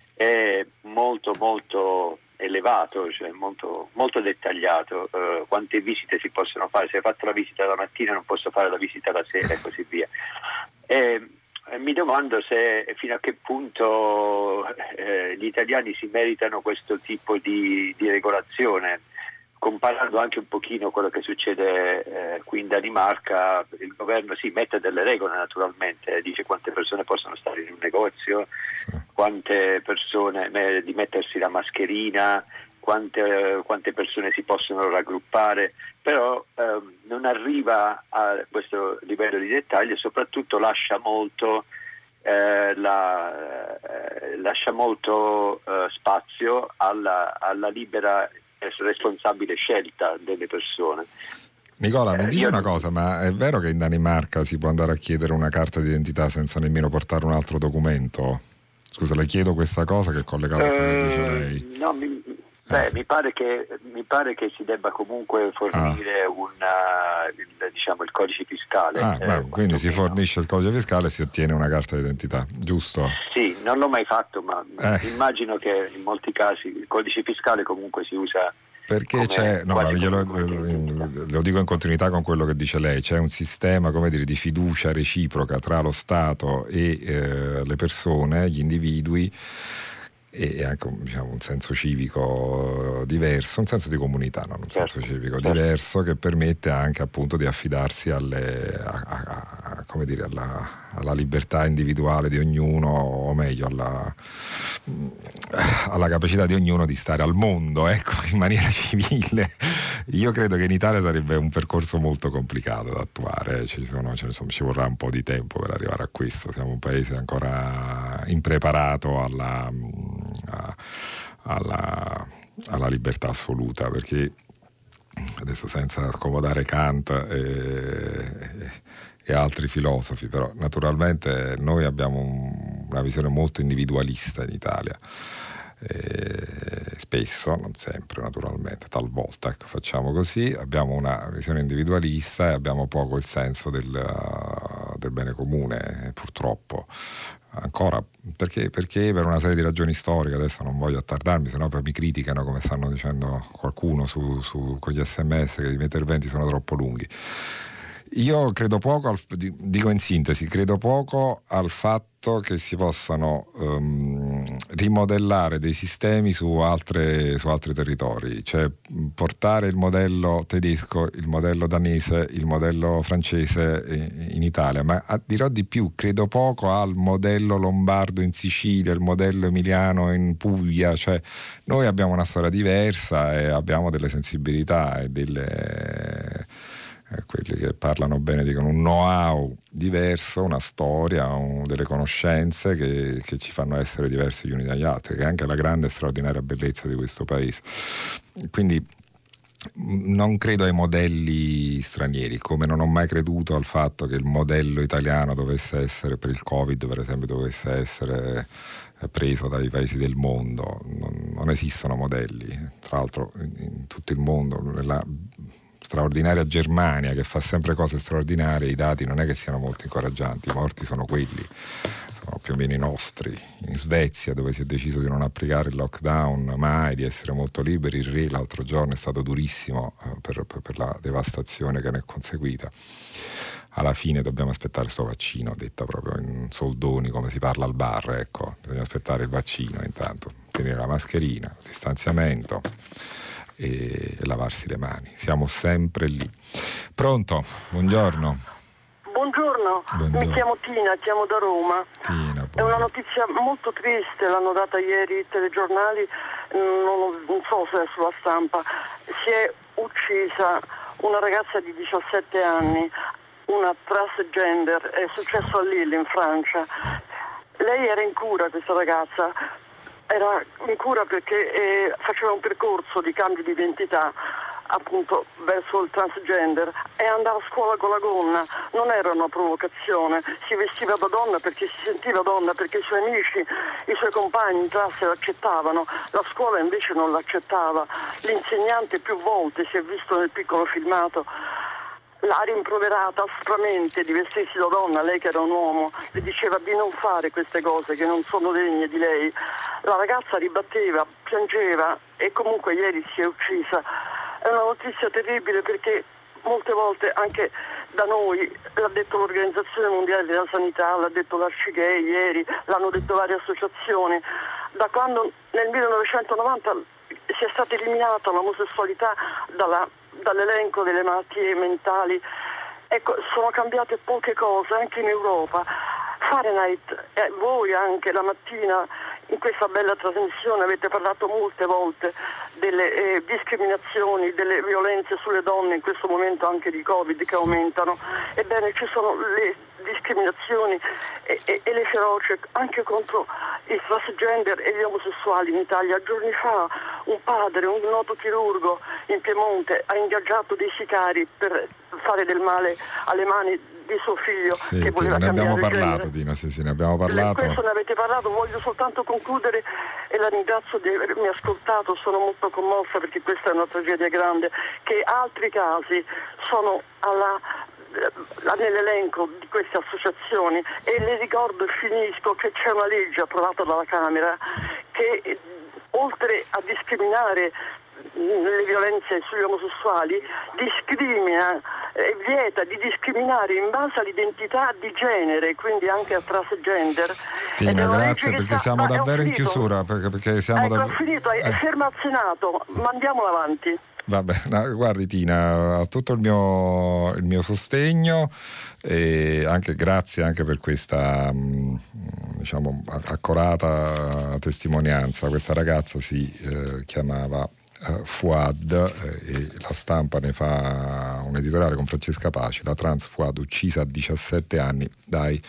è molto molto elevato, cioè molto, molto dettagliato. Uh, quante visite si possono fare? Se hai fatto la visita la mattina non posso fare la visita la sera e così via. E, e mi domando se fino a che punto eh, gli italiani si meritano questo tipo di, di regolazione. Comparando anche un pochino quello che succede eh, qui in Danimarca, il governo si sì, mette delle regole naturalmente, dice quante persone possono stare in un negozio, sì. quante persone, eh, di mettersi la mascherina, quante, quante persone si possono raggruppare, però eh, non arriva a questo livello di dettaglio e soprattutto lascia molto, eh, la, eh, lascia molto eh, spazio alla, alla libera responsabile scelta delle persone. Nicola, mi eh, dici io... una cosa, ma è vero che in Danimarca si può andare a chiedere una carta d'identità senza nemmeno portare un altro documento? Scusa, le chiedo questa cosa che è collegata a quello che dice lei. No, mi, beh, eh. mi pare che mi pare che si debba comunque fornire ah. una, il, diciamo, il codice fiscale. Ah, eh, beh, quindi si fornisce il codice fiscale e si ottiene una carta d'identità, giusto? Sì, non l'ho mai fatto, ma eh. immagino che in molti casi il codice fiscale comunque si usa. Perché c'è, no, ma glielo, lo dico in continuità con quello che dice lei, c'è un sistema, come dire, di fiducia reciproca tra lo Stato e eh, le persone, gli individui, e anche, diciamo, un senso civico diverso, un senso di comunità, non un certo, senso civico certo. diverso, che permette anche appunto di affidarsi alle, a, a, a, come dire, alla, alla libertà individuale di ognuno, o meglio alla, alla capacità di ognuno di stare al mondo, ecco, in maniera civile. Io credo che in Italia sarebbe un percorso molto complicato da attuare, ci, sono, cioè, insomma, ci vorrà un po' di tempo per arrivare a questo, siamo un paese ancora impreparato alla, a, alla, alla libertà assoluta, perché adesso senza scomodare Kant e, e altri filosofi, però naturalmente noi abbiamo un, una visione molto individualista in Italia. E spesso, non sempre naturalmente, talvolta, ecco, facciamo così, abbiamo una visione individualista e abbiamo poco il senso del, del bene comune, purtroppo ancora, perché, perché per una serie di ragioni storiche, adesso non voglio attardarmi, sennò poi mi criticano, come stanno dicendo qualcuno su, su, con gli sms, che i miei interventi sono troppo lunghi. Io credo poco, al, dico in sintesi, credo poco al fatto che si possano um, rimodellare dei sistemi su, altre, su altri territori, cioè portare il modello tedesco, il modello danese, il modello francese in Italia, ma dirò di più, credo poco al modello lombardo in Sicilia, il modello emiliano in Puglia, cioè noi abbiamo una storia diversa e abbiamo delle sensibilità e delle... quelli che parlano bene dicono un know-how diverso, una storia, un, delle conoscenze che, che ci fanno essere diversi gli uni dagli altri, che è anche la grande e straordinaria bellezza di questo paese. Quindi non credo ai modelli stranieri, come non ho mai creduto al fatto che il modello italiano dovesse essere, per il Covid per esempio, dovesse essere preso dai paesi del mondo. Non, non esistono modelli, tra l'altro in, in tutto il mondo, nella straordinaria Germania, che fa sempre cose straordinarie, i dati non è che siano molto incoraggianti, i morti sono quelli, sono più o meno i nostri. In Svezia, dove si è deciso di non applicare il lockdown mai, di essere molto liberi, il re l'altro giorno è stato durissimo eh, per, per, per la devastazione che ne è conseguita. Alla fine dobbiamo aspettare sto vaccino, detta proprio in soldoni come si parla al bar, ecco, bisogna aspettare il vaccino intanto, tenere la mascherina, distanziamento e lavarsi le mani. Siamo sempre lì. Pronto? Buongiorno. Buongiorno, Buongiorno. Mi chiamo Tina, chiamo da Roma. Tina, è una notizia molto triste, l'hanno data ieri i telegiornali, non, non so se è sulla stampa. Si è uccisa una ragazza di diciassette sì. anni una transgender, è successo a Lille in Francia. Lei era in cura, questa ragazza, era in cura perché eh, faceva un percorso di cambio di identità appunto verso il transgender e andava a scuola con la gonna. Non era una provocazione, si vestiva da donna perché si sentiva donna, perché i suoi amici, i suoi compagni in classe l'accettavano, la scuola invece non l'accettava. L'insegnante più volte, si è visto nel piccolo filmato, l'ha rimproverata aspramente di vestirsi da donna, lei che era un uomo, le diceva di non fare queste cose che non sono degne di lei. La ragazza ribatteva, piangeva e comunque ieri si è uccisa. È una notizia terribile perché molte volte anche da noi, l'ha detto l'Organizzazione Mondiale della Sanità, l'ha detto l'Arcigay ieri, l'hanno detto varie associazioni, da quando nel millenovecentonovanta sia stata eliminata l'omosessualità dalla, dall'elenco delle malattie mentali, ecco, sono cambiate poche cose anche in Europa. Fahrenheit, eh, voi anche la mattina in questa bella trasmissione avete parlato molte volte delle eh, discriminazioni, delle violenze sulle donne, in questo momento anche di Covid che aumentano. Ebbene, ci sono le discriminazioni e, e, e le feroce anche contro i transgender e gli omosessuali in Italia. Giorni fa un padre, un noto chirurgo in Piemonte, ha ingaggiato dei sicari per fare del male alle mani di suo figlio, sì, che voleva ne abbiamo cambiare parlato, Tina, sì, sì, ne abbiamo parlato. Di questo ne avete parlato, voglio soltanto concludere e la ringrazio di avermi ascoltato, sono molto commossa perché questa è una tragedia grande, che altri casi sono alla nell'elenco di queste associazioni, sì. E le ricordo e finisco che c'è una legge approvata dalla Camera, sì, che oltre a discriminare le violenze sugli omosessuali discrimina e vieta di discriminare in base all'identità di genere, quindi anche a transgender. Tina, grazie perché sta... siamo davvero in chiusura, perché, perché siamo ecco, dav... ho finito, è eh. ferma al Senato, mandiamola avanti. Vabbè, no, guardi Tina, ha tutto il mio, il mio sostegno e anche grazie anche per questa diciamo accorata testimonianza. Questa ragazza si eh, chiamava uh, Fouad eh, e la Stampa ne fa un editoriale con Francesca Paci, la trans Fouad uccisa a diciassette anni dai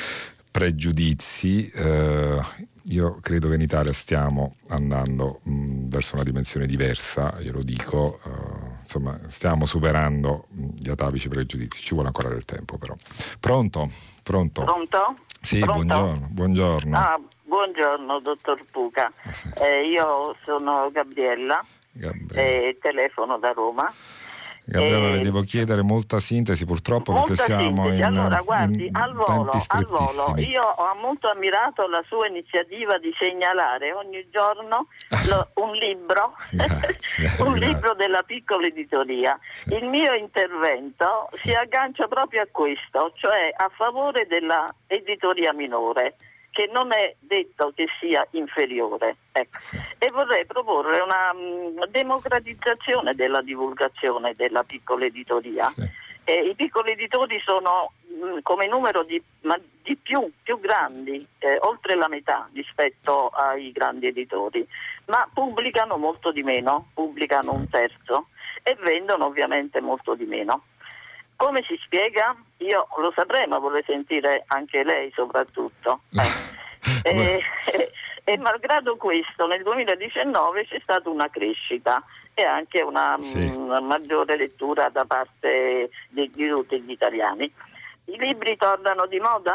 pregiudizi. Eh, io credo che in Italia stiamo andando mh, verso una dimensione diversa, glielo dico, uh, insomma stiamo superando gli atavici pregiudizi, ci vuole ancora del tempo però. Pronto? Pronto? Pronto? Sì, Pronto? buongiorno. Buongiorno. Ah, buongiorno dottor Puca, ah, sì. eh, io sono Gabriella, Gabriella. E telefono da Roma. Gabriella, eh, le devo chiedere molta sintesi purtroppo molta perché siamo sintesi. in, allora guardi, in al volo, tempi al volo strettissimi. io ho molto ammirato la sua iniziativa di segnalare ogni giorno lo, un libro grazie, un grazie. libro della piccola editoria. Sì. Il mio intervento sì. si aggancia proprio a questo, cioè a favore della editoria minore, che non è detto che sia inferiore, ecco. Sì. E vorrei proporre una um, democratizzazione della divulgazione della piccola editoria. Sì. Eh, I piccoli editori sono mh, come numero di, ma di più, più grandi, eh, oltre la metà rispetto ai grandi editori, ma pubblicano molto di meno, pubblicano sì. un terzo e vendono ovviamente molto di meno. Come si spiega? Io lo saprei, ma vorrei sentire anche lei soprattutto. Eh. e, e, e malgrado questo, nel duemiladiciannove c'è stata una crescita e anche una, sì. una maggiore lettura da parte di, di tutti gli italiani. I libri tornano di moda?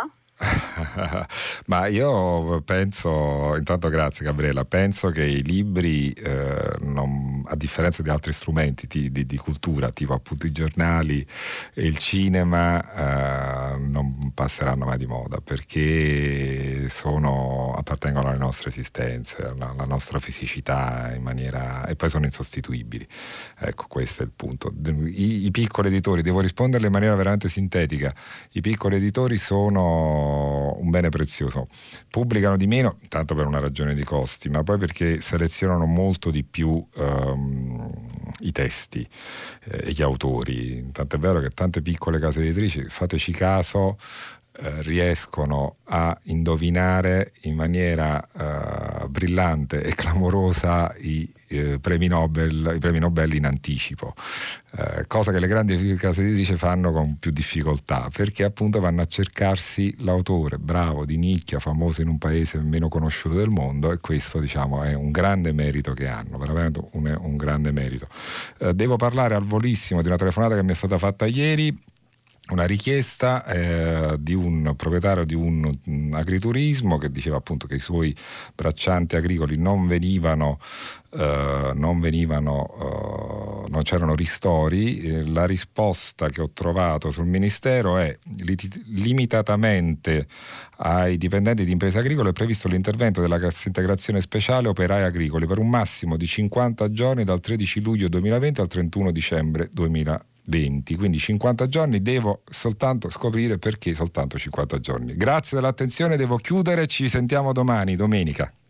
Ma io penso, intanto grazie Gabriella, penso che i libri eh, non, a differenza di altri strumenti di, di, di cultura tipo appunto i giornali e il cinema eh, non passeranno mai di moda perché sono, appartengono alle nostre esistenze, alla, alla nostra fisicità in maniera, e poi sono insostituibili. Ecco, questo è il punto. I, i piccoli editori, devo risponderle in maniera veramente sintetica, i piccoli editori sono un bene prezioso, pubblicano di meno tanto per una ragione di costi, ma poi perché selezionano molto di più um, i testi eh, e gli autori, tant'è vero che tante piccole case editrici, fateci caso, eh, riescono a indovinare in maniera eh, uh, brillante e clamorosa i, eh, premi Nobel, i premi Nobel in anticipo, uh, cosa che le grandi case editrici fanno con più difficoltà, perché appunto vanno a cercarsi l'autore bravo, di nicchia, famoso in un paese meno conosciuto del mondo, e questo, diciamo, è un grande merito che hanno, veramente un, un grande merito. Uh, devo parlare al volissimo di una telefonata che mi è stata fatta ieri, una richiesta eh, di un proprietario di un, un agriturismo che diceva appunto che i suoi braccianti agricoli non venivano eh, non venivano eh, non c'erano ristori. Eh, la risposta che ho trovato sul Ministero è: lit- limitatamente ai dipendenti di imprese agricole è previsto l'intervento della cassa integrazione speciale operai agricoli per un massimo di cinquanta giorni dal tredici luglio duemilaventi al trentuno dicembre duemilaventi. Quindi cinquanta giorni. Devo soltanto scoprire perché soltanto cinquanta giorni. Grazie dell'attenzione, devo chiudere, ci sentiamo domani, domenica.